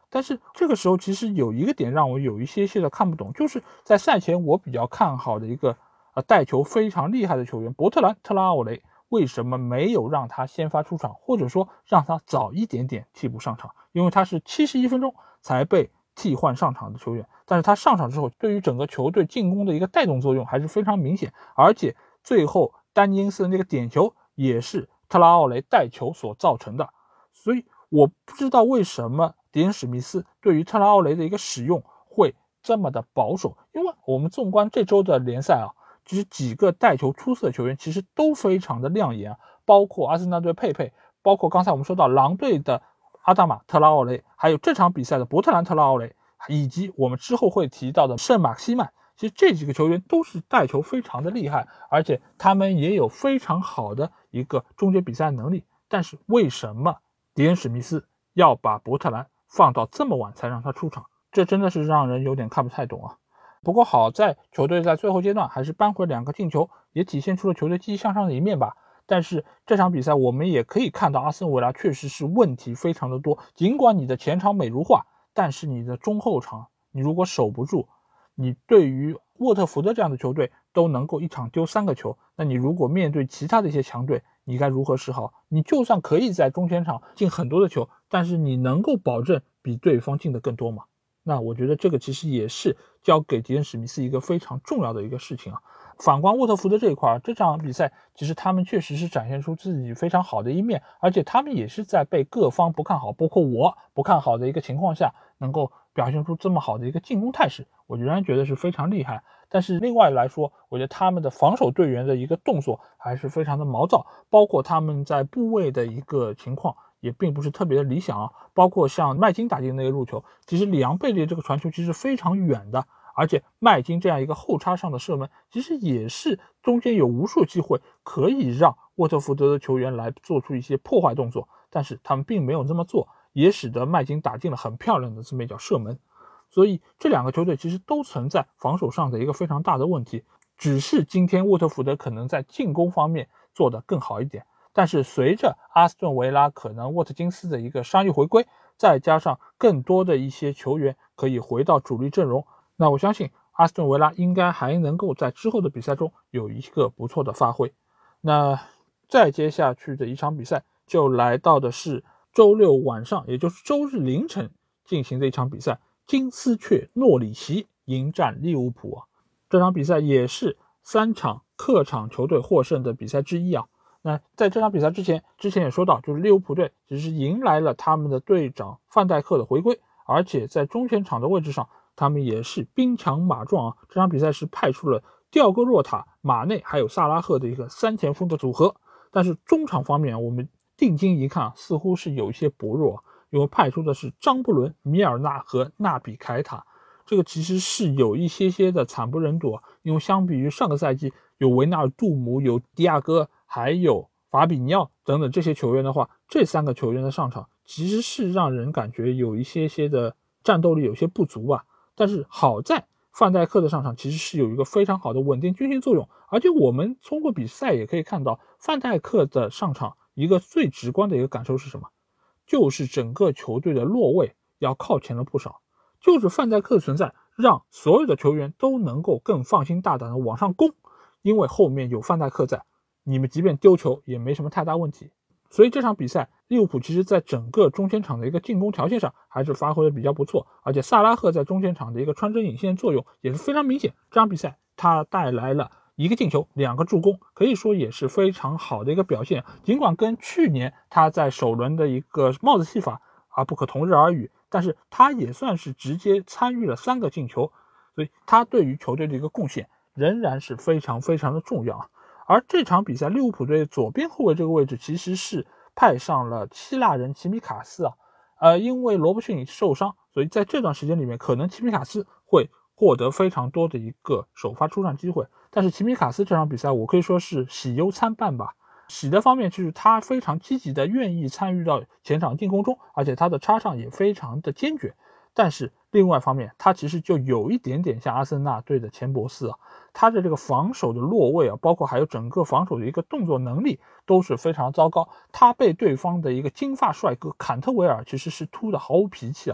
但是这个时候其实有一个点让我有一些些的看不懂，就是在赛前我比较看好的一个呃带球非常厉害的球员伯特兰特拉奥雷，为什么没有让他先发出场，或者说让他早一点点替补上场？因为他是七十一分钟才被替换上场的球员，但是他上场之后对于整个球队进攻的一个带动作用还是非常明显，而且最后丹尼因斯的那个点球也是特拉奥雷带球所造成的。所以我不知道为什么迪恩史密斯对于特拉奥雷的一个使用会这么的保守，因为我们纵观这周的联赛啊，其实几个带球出色的球员其实都非常的亮眼啊，包括阿森纳队佩佩，包括刚才我们说到狼队的阿达玛特拉奥雷，还有这场比赛的伯特兰特拉奥雷，以及我们之后会提到的圣马西曼，其实这几个球员都是带球非常的厉害，而且他们也有非常好的一个终结比赛能力。但是为什么迪恩史密斯要把伯特兰放到这么晚才让他出场？这真的是让人有点看不太懂啊。不过好在球队在最后阶段还是扳回两个进球，也体现出了球队积极向上的一面吧。但是这场比赛我们也可以看到阿森维拉确实是问题非常的多，尽管你的前场美如画，但是你的中后场你如果守不住，你对于沃特福德这样的球队都能够一场丢三个球，那你如果面对其他的一些强队，你该如何是好？你就算可以在中前场进很多的球，但是你能够保证比对方进的更多吗？那我觉得这个其实也是交给迪恩史密斯一个非常重要的一个事情啊。反观沃特福德这一块，这场比赛其实他们确实是展现出自己非常好的一面，而且他们也是在被各方不看好，包括我不看好的一个情况下，能够表现出这么好的一个进攻态势，我仍然觉得是非常厉害。但是另外来说，我觉得他们的防守队员的一个动作还是非常的毛躁，包括他们在部位的一个情况也并不是特别的理想啊。包括像麦金打进那个入球，其实里昂贝利这个传球其实非常远的，而且麦金这样一个后插上的射门，其实也是中间有无数机会可以让沃特福德的球员来做出一些破坏动作，但是他们并没有这么做，也使得麦金打进了很漂亮的这么一脚射门。所以这两个球队其实都存在防守上的一个非常大的问题，只是今天沃特福德可能在进攻方面做得更好一点，但是随着阿斯顿维拉可能沃特金斯的一个伤愈回归，再加上更多的一些球员可以回到主力阵容，那我相信阿斯顿维拉应该还能够在之后的比赛中有一个不错的发挥。那再接下去的一场比赛就来到的是周六晚上，也就是周日凌晨进行的一场比赛，金丝雀诺里奇迎战利物浦啊。这场比赛也是三场客场球队获胜的比赛之一啊。那在这场比赛之前，之前也说到，就是利物浦队只是迎来了他们的队长范戴克的回归，而且在中前场的位置上，他们也是兵强马壮啊。这场比赛是派出了蒂奥戈若塔、马内还有萨拉赫的一个三前锋的组合，但是中场方面我们定睛一看，似乎是有一些薄弱啊。因为派出的是张伯伦、米尔纳和纳比凯塔，这个其实是有一些些的惨不忍睹啊。因为相比于上个赛季有维纳尔杜姆、有迪亚哥还有法比尼奥等等这些球员的话，这三个球员的上场其实是让人感觉有一些些的战斗力有些不足吧。但是好在范戴克的上场其实是有一个非常好的稳定军心作用，而且我们通过比赛也可以看到，范戴克的上场一个最直观的一个感受是什么？就是整个球队的落位要靠前了不少，就是范戴克的存在让所有的球员都能够更放心大胆的往上攻，因为后面有范戴克在，你们即便丢球也没什么太大问题。所以这场比赛利物浦其实在整个中前场的一个进攻条线上还是发挥的比较不错，而且萨拉赫在中前场的一个穿针引线作用也是非常明显，这场比赛他带来了一个进球两个助攻，可以说也是非常好的一个表现。尽管跟去年他在首轮的一个帽子戏法啊不可同日而语，但是他也算是直接参与了三个进球，所以他对于球队的一个贡献仍然是非常非常的重要啊。而这场比赛利物浦队左边后卫这个位置其实是派上了希腊人齐米卡斯啊，呃，因为罗伯逊受伤，所以在这段时间里面可能齐米卡斯会获得非常多的一个首发出场机会，但是齐米卡斯这场比赛我可以说是喜忧参半吧。喜的方面就是他非常积极的愿意参与到前场进攻中，而且他的插上也非常的坚决，但是另外方面他其实就有一点点像阿森纳队的钱伯斯啊，他的这个防守的落位啊，包括还有整个防守的一个动作能力都是非常糟糕，他被对方的一个金发帅哥坎特维尔其实是突的毫无脾气啊，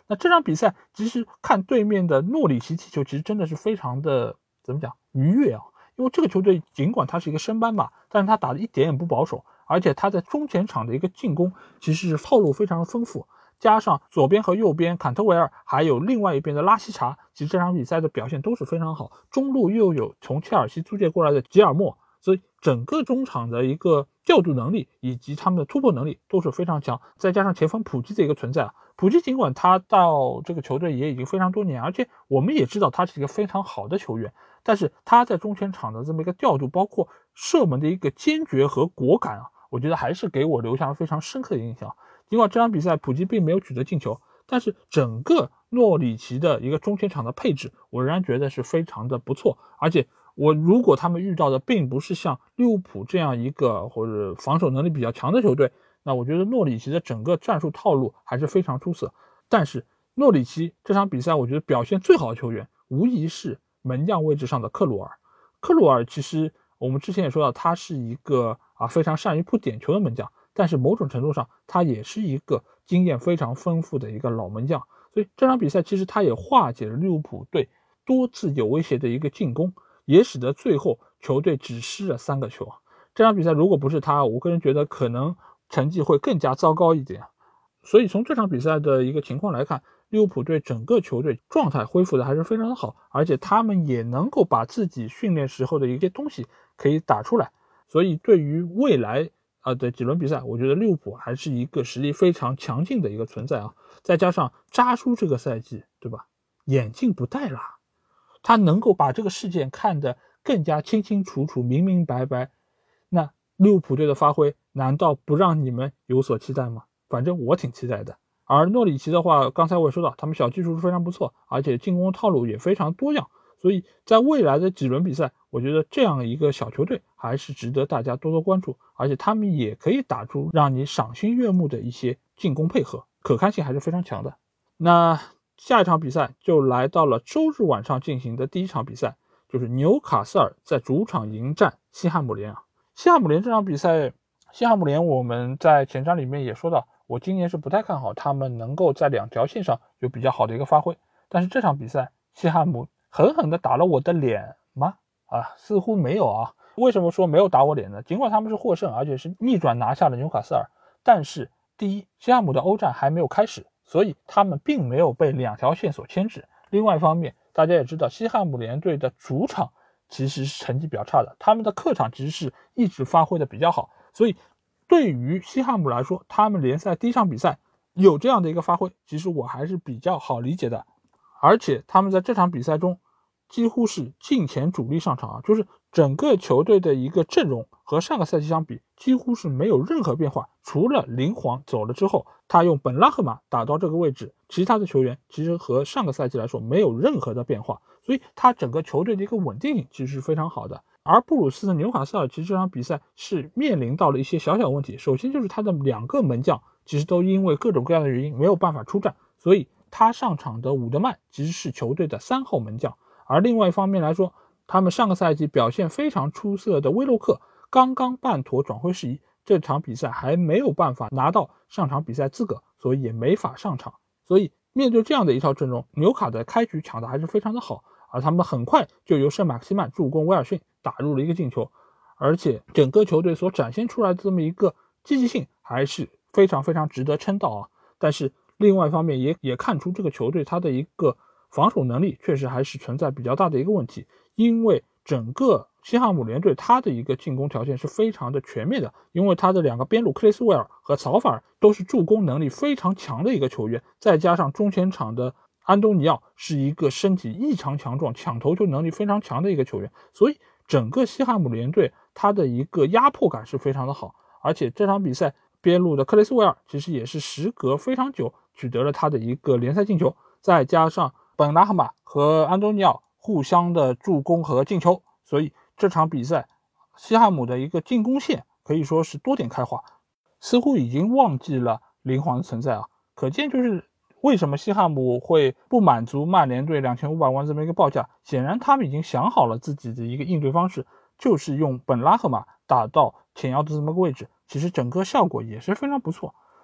那这场比赛其实看对面的诺里奇踢球，其实真的是非常的怎么讲愉悦啊，因为这个球队尽管他是一个升班马，但是他打的一点也不保守，而且他在中前场的一个进攻其实是套路非常的丰富，加上左边和右边坎特维尔还有另外一边的拉希查，其实这场比赛的表现都是非常好，中路又有从切尔西租借过来的吉尔莫，所以整个中场的一个调度能力以及他们的突破能力都是非常强，再加上前锋普基的一个存在啊，普基尽管他到这个球队也已经非常多年，而且我们也知道他是一个非常好的球员，但是他在中前场的这么一个调度，包括射门的一个坚决和果敢啊，我觉得还是给我留下了非常深刻的印象。尽管这场比赛普基并没有取得进球，但是整个诺里奇的一个中前场的配置，我仍然觉得是非常的不错。而且我如果他们遇到的并不是像利物浦这样一个或者防守能力比较强的球队，那我觉得诺里奇的整个战术套路还是非常出色。但是诺里奇这场比赛我觉得表现最好的球员无疑是门将位置上的克鲁尔。克鲁尔其实我们之前也说到，他是一个啊非常善于扑点球的门将，但是某种程度上他也是一个经验非常丰富的一个老门将，所以这场比赛其实他也化解了利物浦队多次有威胁的一个进攻，也使得最后球队只失了三个球。这场比赛如果不是他，我个人觉得可能成绩会更加糟糕一点。所以从这场比赛的一个情况来看，利物浦队整个球队状态恢复的还是非常的好，而且他们也能够把自己训练时候的一些东西可以打出来。所以对于未来啊的几轮比赛，我觉得利物浦还是一个实力非常强劲的一个存在啊。再加上扎叔这个赛季，对吧？眼镜不戴了，他能够把这个事件看得更加清清楚楚、明明白白。那利物浦队的发挥，难道不让你们有所期待吗？反正我挺期待的。而诺里奇的话，刚才我也说到，他们小技术是非常不错，而且进攻套路也非常多样。所以在未来的几轮比赛，我觉得这样一个小球队还是值得大家多多关注，而且他们也可以打出让你赏心悦目的一些进攻配合，可看性还是非常强的。那下一场比赛就来到了周日晚上进行的第一场比赛，就是纽卡斯尔在主场迎战西汉姆联啊。西汉姆联这场比赛，西汉姆联我们在前瞻里面也说到，我今年是不太看好他们能够在两条线上有比较好的一个发挥，但是这场比赛西汉姆狠狠地打了我的脸吗？啊，似乎没有啊。为什么说没有打我脸呢？尽管他们是获胜，而且是逆转拿下了纽卡斯尔，但是第一，西汉姆的欧战还没有开始，所以他们并没有被两条线所牵制。另外一方面，大家也知道西汉姆联队的主场其实是成绩比较差的，他们的客场其实是一直发挥的比较好，所以对于西汉姆来说，他们联赛第一场比赛有这样的一个发挥，其实我还是比较好理解的。而且他们在这场比赛中几乎是进前主力上场啊，就是整个球队的一个阵容和上个赛季相比几乎是没有任何变化，除了林皇走了之后，他用本拉赫马打到这个位置，其他的球员其实和上个赛季来说没有任何的变化，所以他整个球队的一个稳定性其实是非常好的。而布鲁斯的纽卡斯尔其实这场比赛是面临到了一些小小问题，首先就是他的两个门将其实都因为各种各样的原因没有办法出战，所以他上场的伍德曼其实是球队的三号门将。而另外一方面来说，他们上个赛季表现非常出色的威洛克刚刚办妥转会事宜，这场比赛还没有办法拿到上场比赛资格，所以也没法上场。所以面对这样的一套阵容，纽卡的开局抢的还是非常的好，而他们很快就由圣马克西曼助攻威尔逊打入了一个进球，而且整个球队所展现出来的这么一个积极性还是非常非常值得称道啊。但是另外一方面也也看出这个球队它的一个防守能力确实还是存在比较大的一个问题，因为整个西汉姆联队他的一个进攻条件是非常的全面的，因为他的两个边路克雷斯维尔和曹法尔都是助攻能力非常强的一个球员，再加上中前场的安东尼奥是一个身体异常强壮、抢头球能力非常强的一个球员，所以整个西汉姆联队他的一个压迫感是非常的好。而且这场比赛边路的克雷斯维尔其实也是时隔非常久取得了他的一个联赛进球，再加上本拉赫马和安东尼奥互相的助攻和进球，所以这场比赛西汉姆的一个进攻线可以说是多点开花，似乎已经忘记了林皇的存在啊。可见就是为什么西汉姆会不满足曼联队两千五百万这么一个报价，显然他们已经想好了自己的一个应对方式，就是用本拉赫马打到前腰的这么个位置，其实整个效果也是非常不错。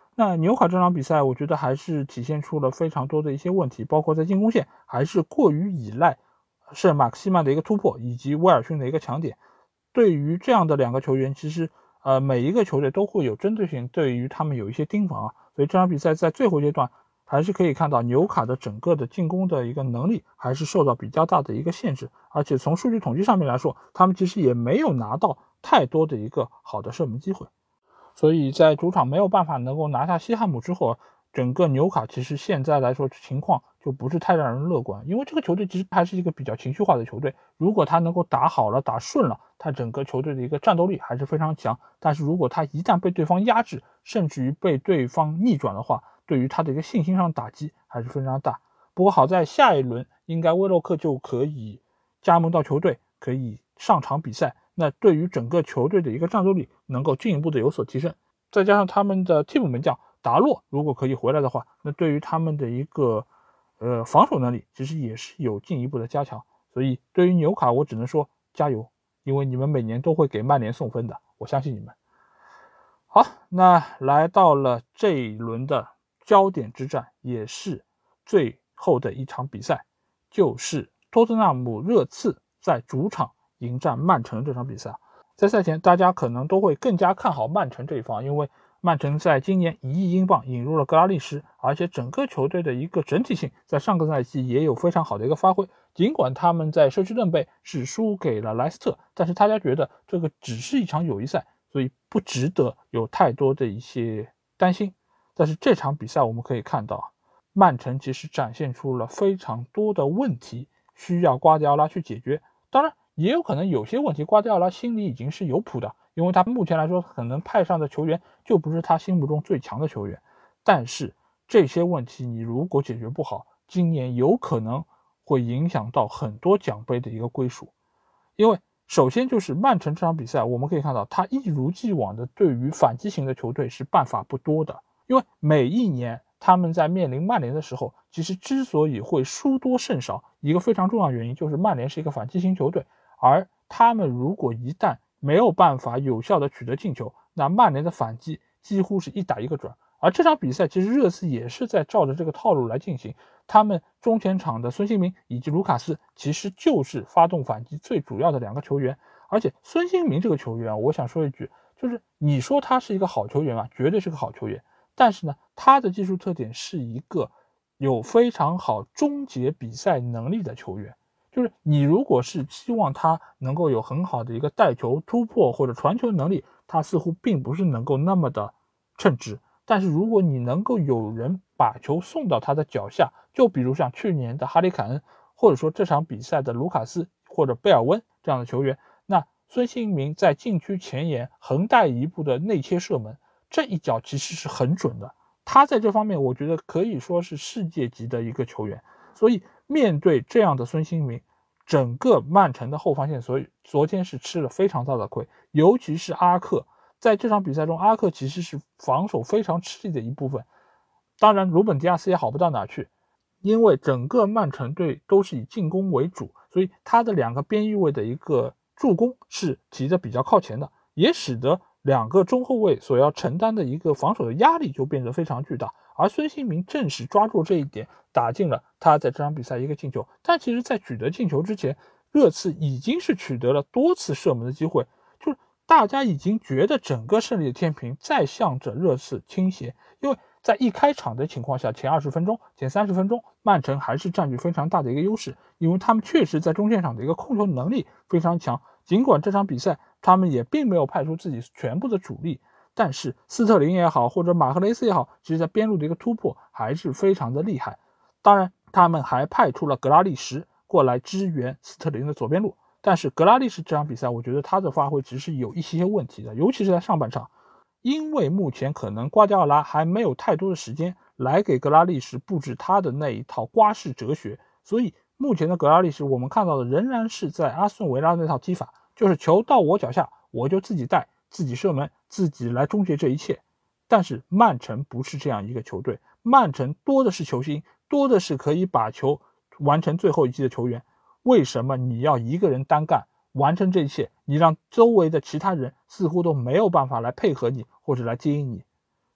那纽卡这场比赛我觉得还是体现出了非常多的一些问题，包括在进攻线还是过于依赖圣马克西曼的一个突破以及威尔逊的一个强点。对于这样的两个球员，其实呃每一个球队都会有针对性对于他们有一些盯防啊，所以这场比赛在最后阶段还是可以看到纽卡的整个的进攻的一个能力还是受到比较大的一个限制，而且从数据统计上面来说，他们其实也没有拿到太多的一个好的射门机会。所以在主场没有办法能够拿下西汉姆之后，整个纽卡其实现在来说情况就不是太让人乐观，因为这个球队其实还是一个比较情绪化的球队，如果他能够打好了打顺了，他整个球队的一个战斗力还是非常强，但是如果他一旦被对方压制，甚至于被对方逆转的话，对于他的一个信心上打击还是非常大。不过好在下一轮应该威洛克就可以加盟到球队，可以上场比赛，那对于整个球队的一个战斗力能够进一步的有所提升，再加上他们的替补门将达洛如果可以回来的话，那对于他们的一个呃防守能力其实也是有进一步的加强。所以对于纽卡我只能说加油，因为你们每年都会给曼联送分的，我相信你们。好，那来到了这一轮的焦点之战，也是最后的一场比赛，就是托特纳姆热刺在主场迎战曼城这场比赛。在赛前大家可能都会更加看好曼城这一方，因为曼城在今年一亿英镑引入了格拉利什，而且整个球队的一个整体性在上个赛季也有非常好的一个发挥，尽管他们在社区盾杯是输给了莱斯特，但是大家觉得这个只是一场友谊赛，所以不值得有太多的一些担心。但是这场比赛我们可以看到，曼城其实展现出了非常多的问题需要瓜迪奥拉去解决，当然也有可能有些问题瓜迪奥拉心里已经是有谱的，因为他目前来说可能派上的球员就不是他心目中最强的球员，但是这些问题你如果解决不好，今年有可能会影响到很多奖杯的一个归属。因为首先就是曼城这场比赛我们可以看到，他一如既往的对于反击型的球队是办法不多的，因为每一年他们在面临曼联的时候，其实之所以会输多胜少，一个非常重要的原因就是曼联是一个反击型球队，而他们如果一旦没有办法有效的取得进球，那曼联的反击几乎是一打一个准。而这场比赛其实热刺也是在照着这个套路来进行，他们中前场的孙兴民以及卢卡斯其实就是发动反击最主要的两个球员。而且孙兴民这个球员，我想说一句，就是你说他是一个好球员啊，绝对是个好球员，但是呢，他的技术特点是一个有非常好终结比赛能力的球员。就是你如果是期望他能够有很好的一个带球突破或者传球能力，他似乎并不是能够那么的称职。但是如果你能够有人把球送到他的脚下，就比如像去年的哈里凯恩，或者说这场比赛的卢卡斯或者贝尔温这样的球员，那孙兴民在禁区前沿横带一步的内切射门，这一脚其实是很准的，他在这方面我觉得可以说是世界级的一个球员。所以面对这样的孙兴民，整个曼城的后防线所以昨天是吃了非常大的亏，尤其是阿克，在这场比赛中阿克其实是防守非常吃力的一部分。当然鲁本迪亚斯也好不到哪去，因为整个曼城队都是以进攻为主，所以他的两个边翼位的一个助攻是提的比较靠前的，也使得两个中后卫所要承担的一个防守的压力就变得非常巨大。而孙兴民正是抓住这一点，打进了他在这场比赛一个进球。但其实在取得进球之前，热刺已经是取得了多次射门的机会，就是大家已经觉得整个胜利的天平在向着热刺倾斜。因为在一开场的情况下，前二十分钟前三十分钟曼城还是占据非常大的一个优势，因为他们确实在中线场的一个控球能力非常强，尽管这场比赛他们也并没有派出自己全部的主力，但是斯特林也好或者马赫雷斯也好，其实在边路的一个突破还是非常的厉害。当然他们还派出了格拉利什过来支援斯特林的左边路，但是格拉利什这场比赛我觉得他的发挥其实是有一些问题的，尤其是在上半场，因为目前可能瓜迪奥拉还没有太多的时间来给格拉利什布置他的那一套瓜式哲学，所以目前的格拉利什我们看到的仍然是在阿斯顿维拉那套踢法，就是球到我脚下我就自己带自己射门自己来终结这一切。但是曼城不是这样一个球队，曼城多的是球星，多的是可以把球完成最后一击的球员，为什么你要一个人单干完成这一切？你让周围的其他人似乎都没有办法来配合你或者来接应你。所以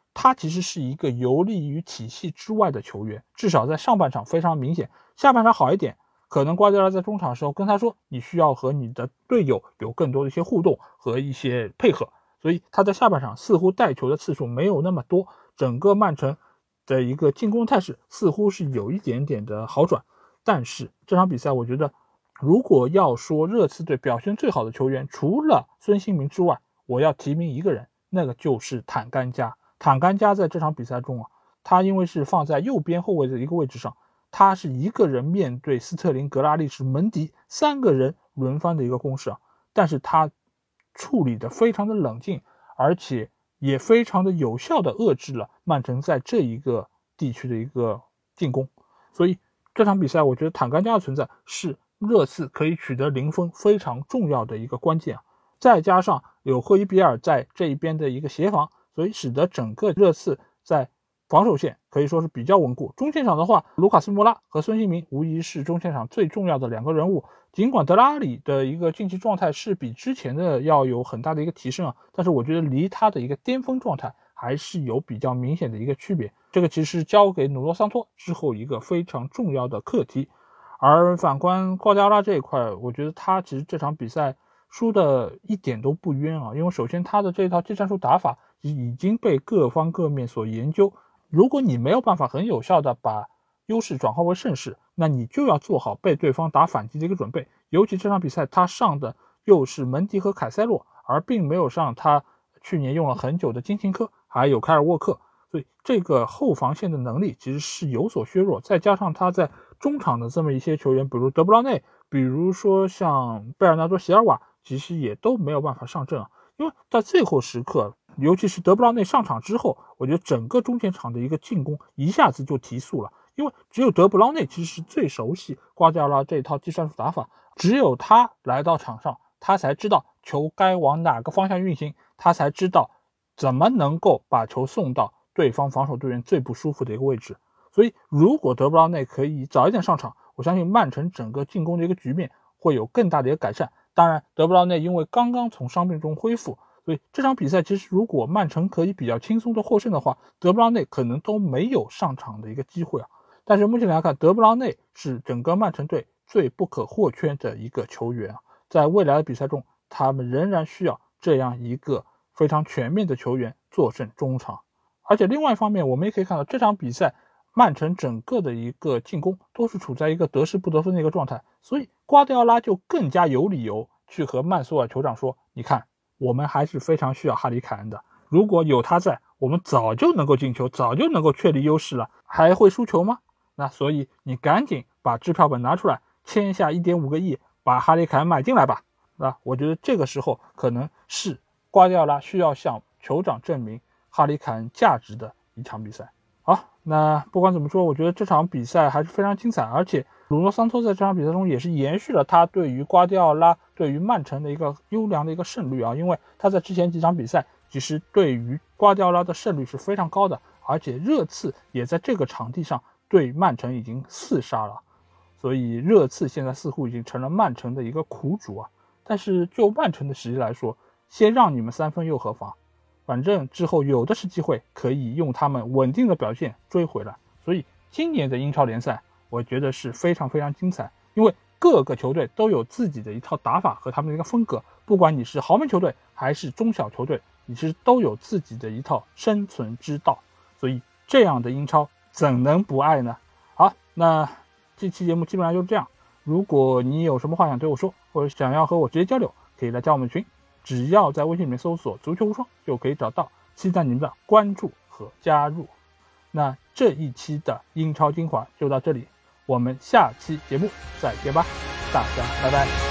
他其实是一个游离于体系之外的球员，至少在上半场非常明显，下半场好一点，可能瓜迪奥拉在中场的时候跟他说，你需要和你的队友有更多的一些互动和一些配合，所以他在下半场似乎带球的次数没有那么多，整个曼城的一个进攻态势似乎是有一点点的好转。但是这场比赛我觉得，如果要说热刺队表现最好的球员，除了孙兴民之外，我要提名一个人，那个就是坦甘加。坦甘加在这场比赛中啊，他因为是放在右边后卫的一个位置上，他是一个人面对斯特林、格拉利什、门迪三个人轮番的一个攻势啊，但是他处理的非常的冷静，而且也非常的有效的遏制了曼城在这一个地区的一个进攻。所以这场比赛我觉得坦甘加的存在是热刺可以取得零分非常重要的一个关键啊，再加上有赫伊比尔在这一边的一个协防，所以使得整个热刺在防守线可以说是比较稳固。中前场的话，卢卡斯莫拉和孙兴民无疑是中前场最重要的两个人物。尽管德拉里的一个竞技状态是比之前的要有很大的一个提升啊，但是我觉得离他的一个巅峰状态还是有比较明显的一个区别。这个其实交给努诺桑托之后一个非常重要的课题。而反观瓜迪奥拉这一块，我觉得他其实这场比赛输的一点都不冤啊，因为首先他的这套技战术打法已经被各方各面所研究，如果你没有办法很有效的把优势转化为胜势，那你就要做好被对方打反击的一个准备。尤其这场比赛他上的又是门迪和凯塞洛，而并没有上他去年用了很久的金琴科还有凯尔沃克，所以这个后防线的能力其实是有所削弱，再加上他在中场的这么一些球员，比如德布劳内，比如说像贝尔纳多席尔瓦，其实也都没有办法上阵啊。因为在最后时刻，尤其是德布劳内上场之后，我觉得整个中前场的一个进攻一下子就提速了，因为只有德布劳内其实是最熟悉瓜迪奥拉这一套技战术打法，只有他来到场上，他才知道球该往哪个方向运行，他才知道怎么能够把球送到对方防守队员最不舒服的一个位置。所以如果德布劳内可以早一点上场，我相信曼城整个进攻的一个局面会有更大的一个改善。当然德布劳内因为刚刚从伤病中恢复，所以这场比赛其实如果曼城可以比较轻松的获胜的话，德布劳内可能都没有上场的一个机会啊。但是目前来看，德布劳内是整个曼城队最不可或缺的一个球员啊，在未来的比赛中他们仍然需要这样一个非常全面的球员坐镇中场。而且另外一方面，我们也可以看到这场比赛曼城整个的一个进攻都是处在一个得失不得分的一个状态，所以瓜迪奥拉就更加有理由去和曼苏尔酋长说，你看我们还是非常需要哈里凯恩的，如果有他在，我们早就能够进球，早就能够确立优势了，还会输球吗？那所以你赶紧把支票本拿出来，签下 一点五个亿，把哈里凯恩买进来吧。那我觉得这个时候可能是瓜迪奥拉需要向酋长证明哈里凯恩价值的一场比赛。好，那不管怎么说，我觉得这场比赛还是非常精彩，而且鲁诺桑托在这场比赛中也是延续了他对于瓜迪奥拉对于曼城的一个优良的一个胜率啊，因为他在之前几场比赛其实对于瓜迪奥拉的胜率是非常高的，而且热刺也在这个场地上对曼城已经四杀了，所以热刺现在似乎已经成了曼城的一个苦主啊。但是就曼城的实力来说，先让你们三分又何妨，反正之后有的是机会可以用他们稳定的表现追回来。所以今年的英超联赛我觉得是非常非常精彩，因为各个球队都有自己的一套打法和他们的一个风格，不管你是豪门球队还是中小球队，你是都有自己的一套生存之道，所以这样的英超怎能不爱呢？好，那这期节目基本上就是这样，如果你有什么话想对我说，或者想要和我直接交流，可以来加我们群，只要在微信里面搜索足球无双就可以找到，期待你们的关注和加入。那这一期的英超精华就到这里，我们下期节目再见吧，大家拜拜。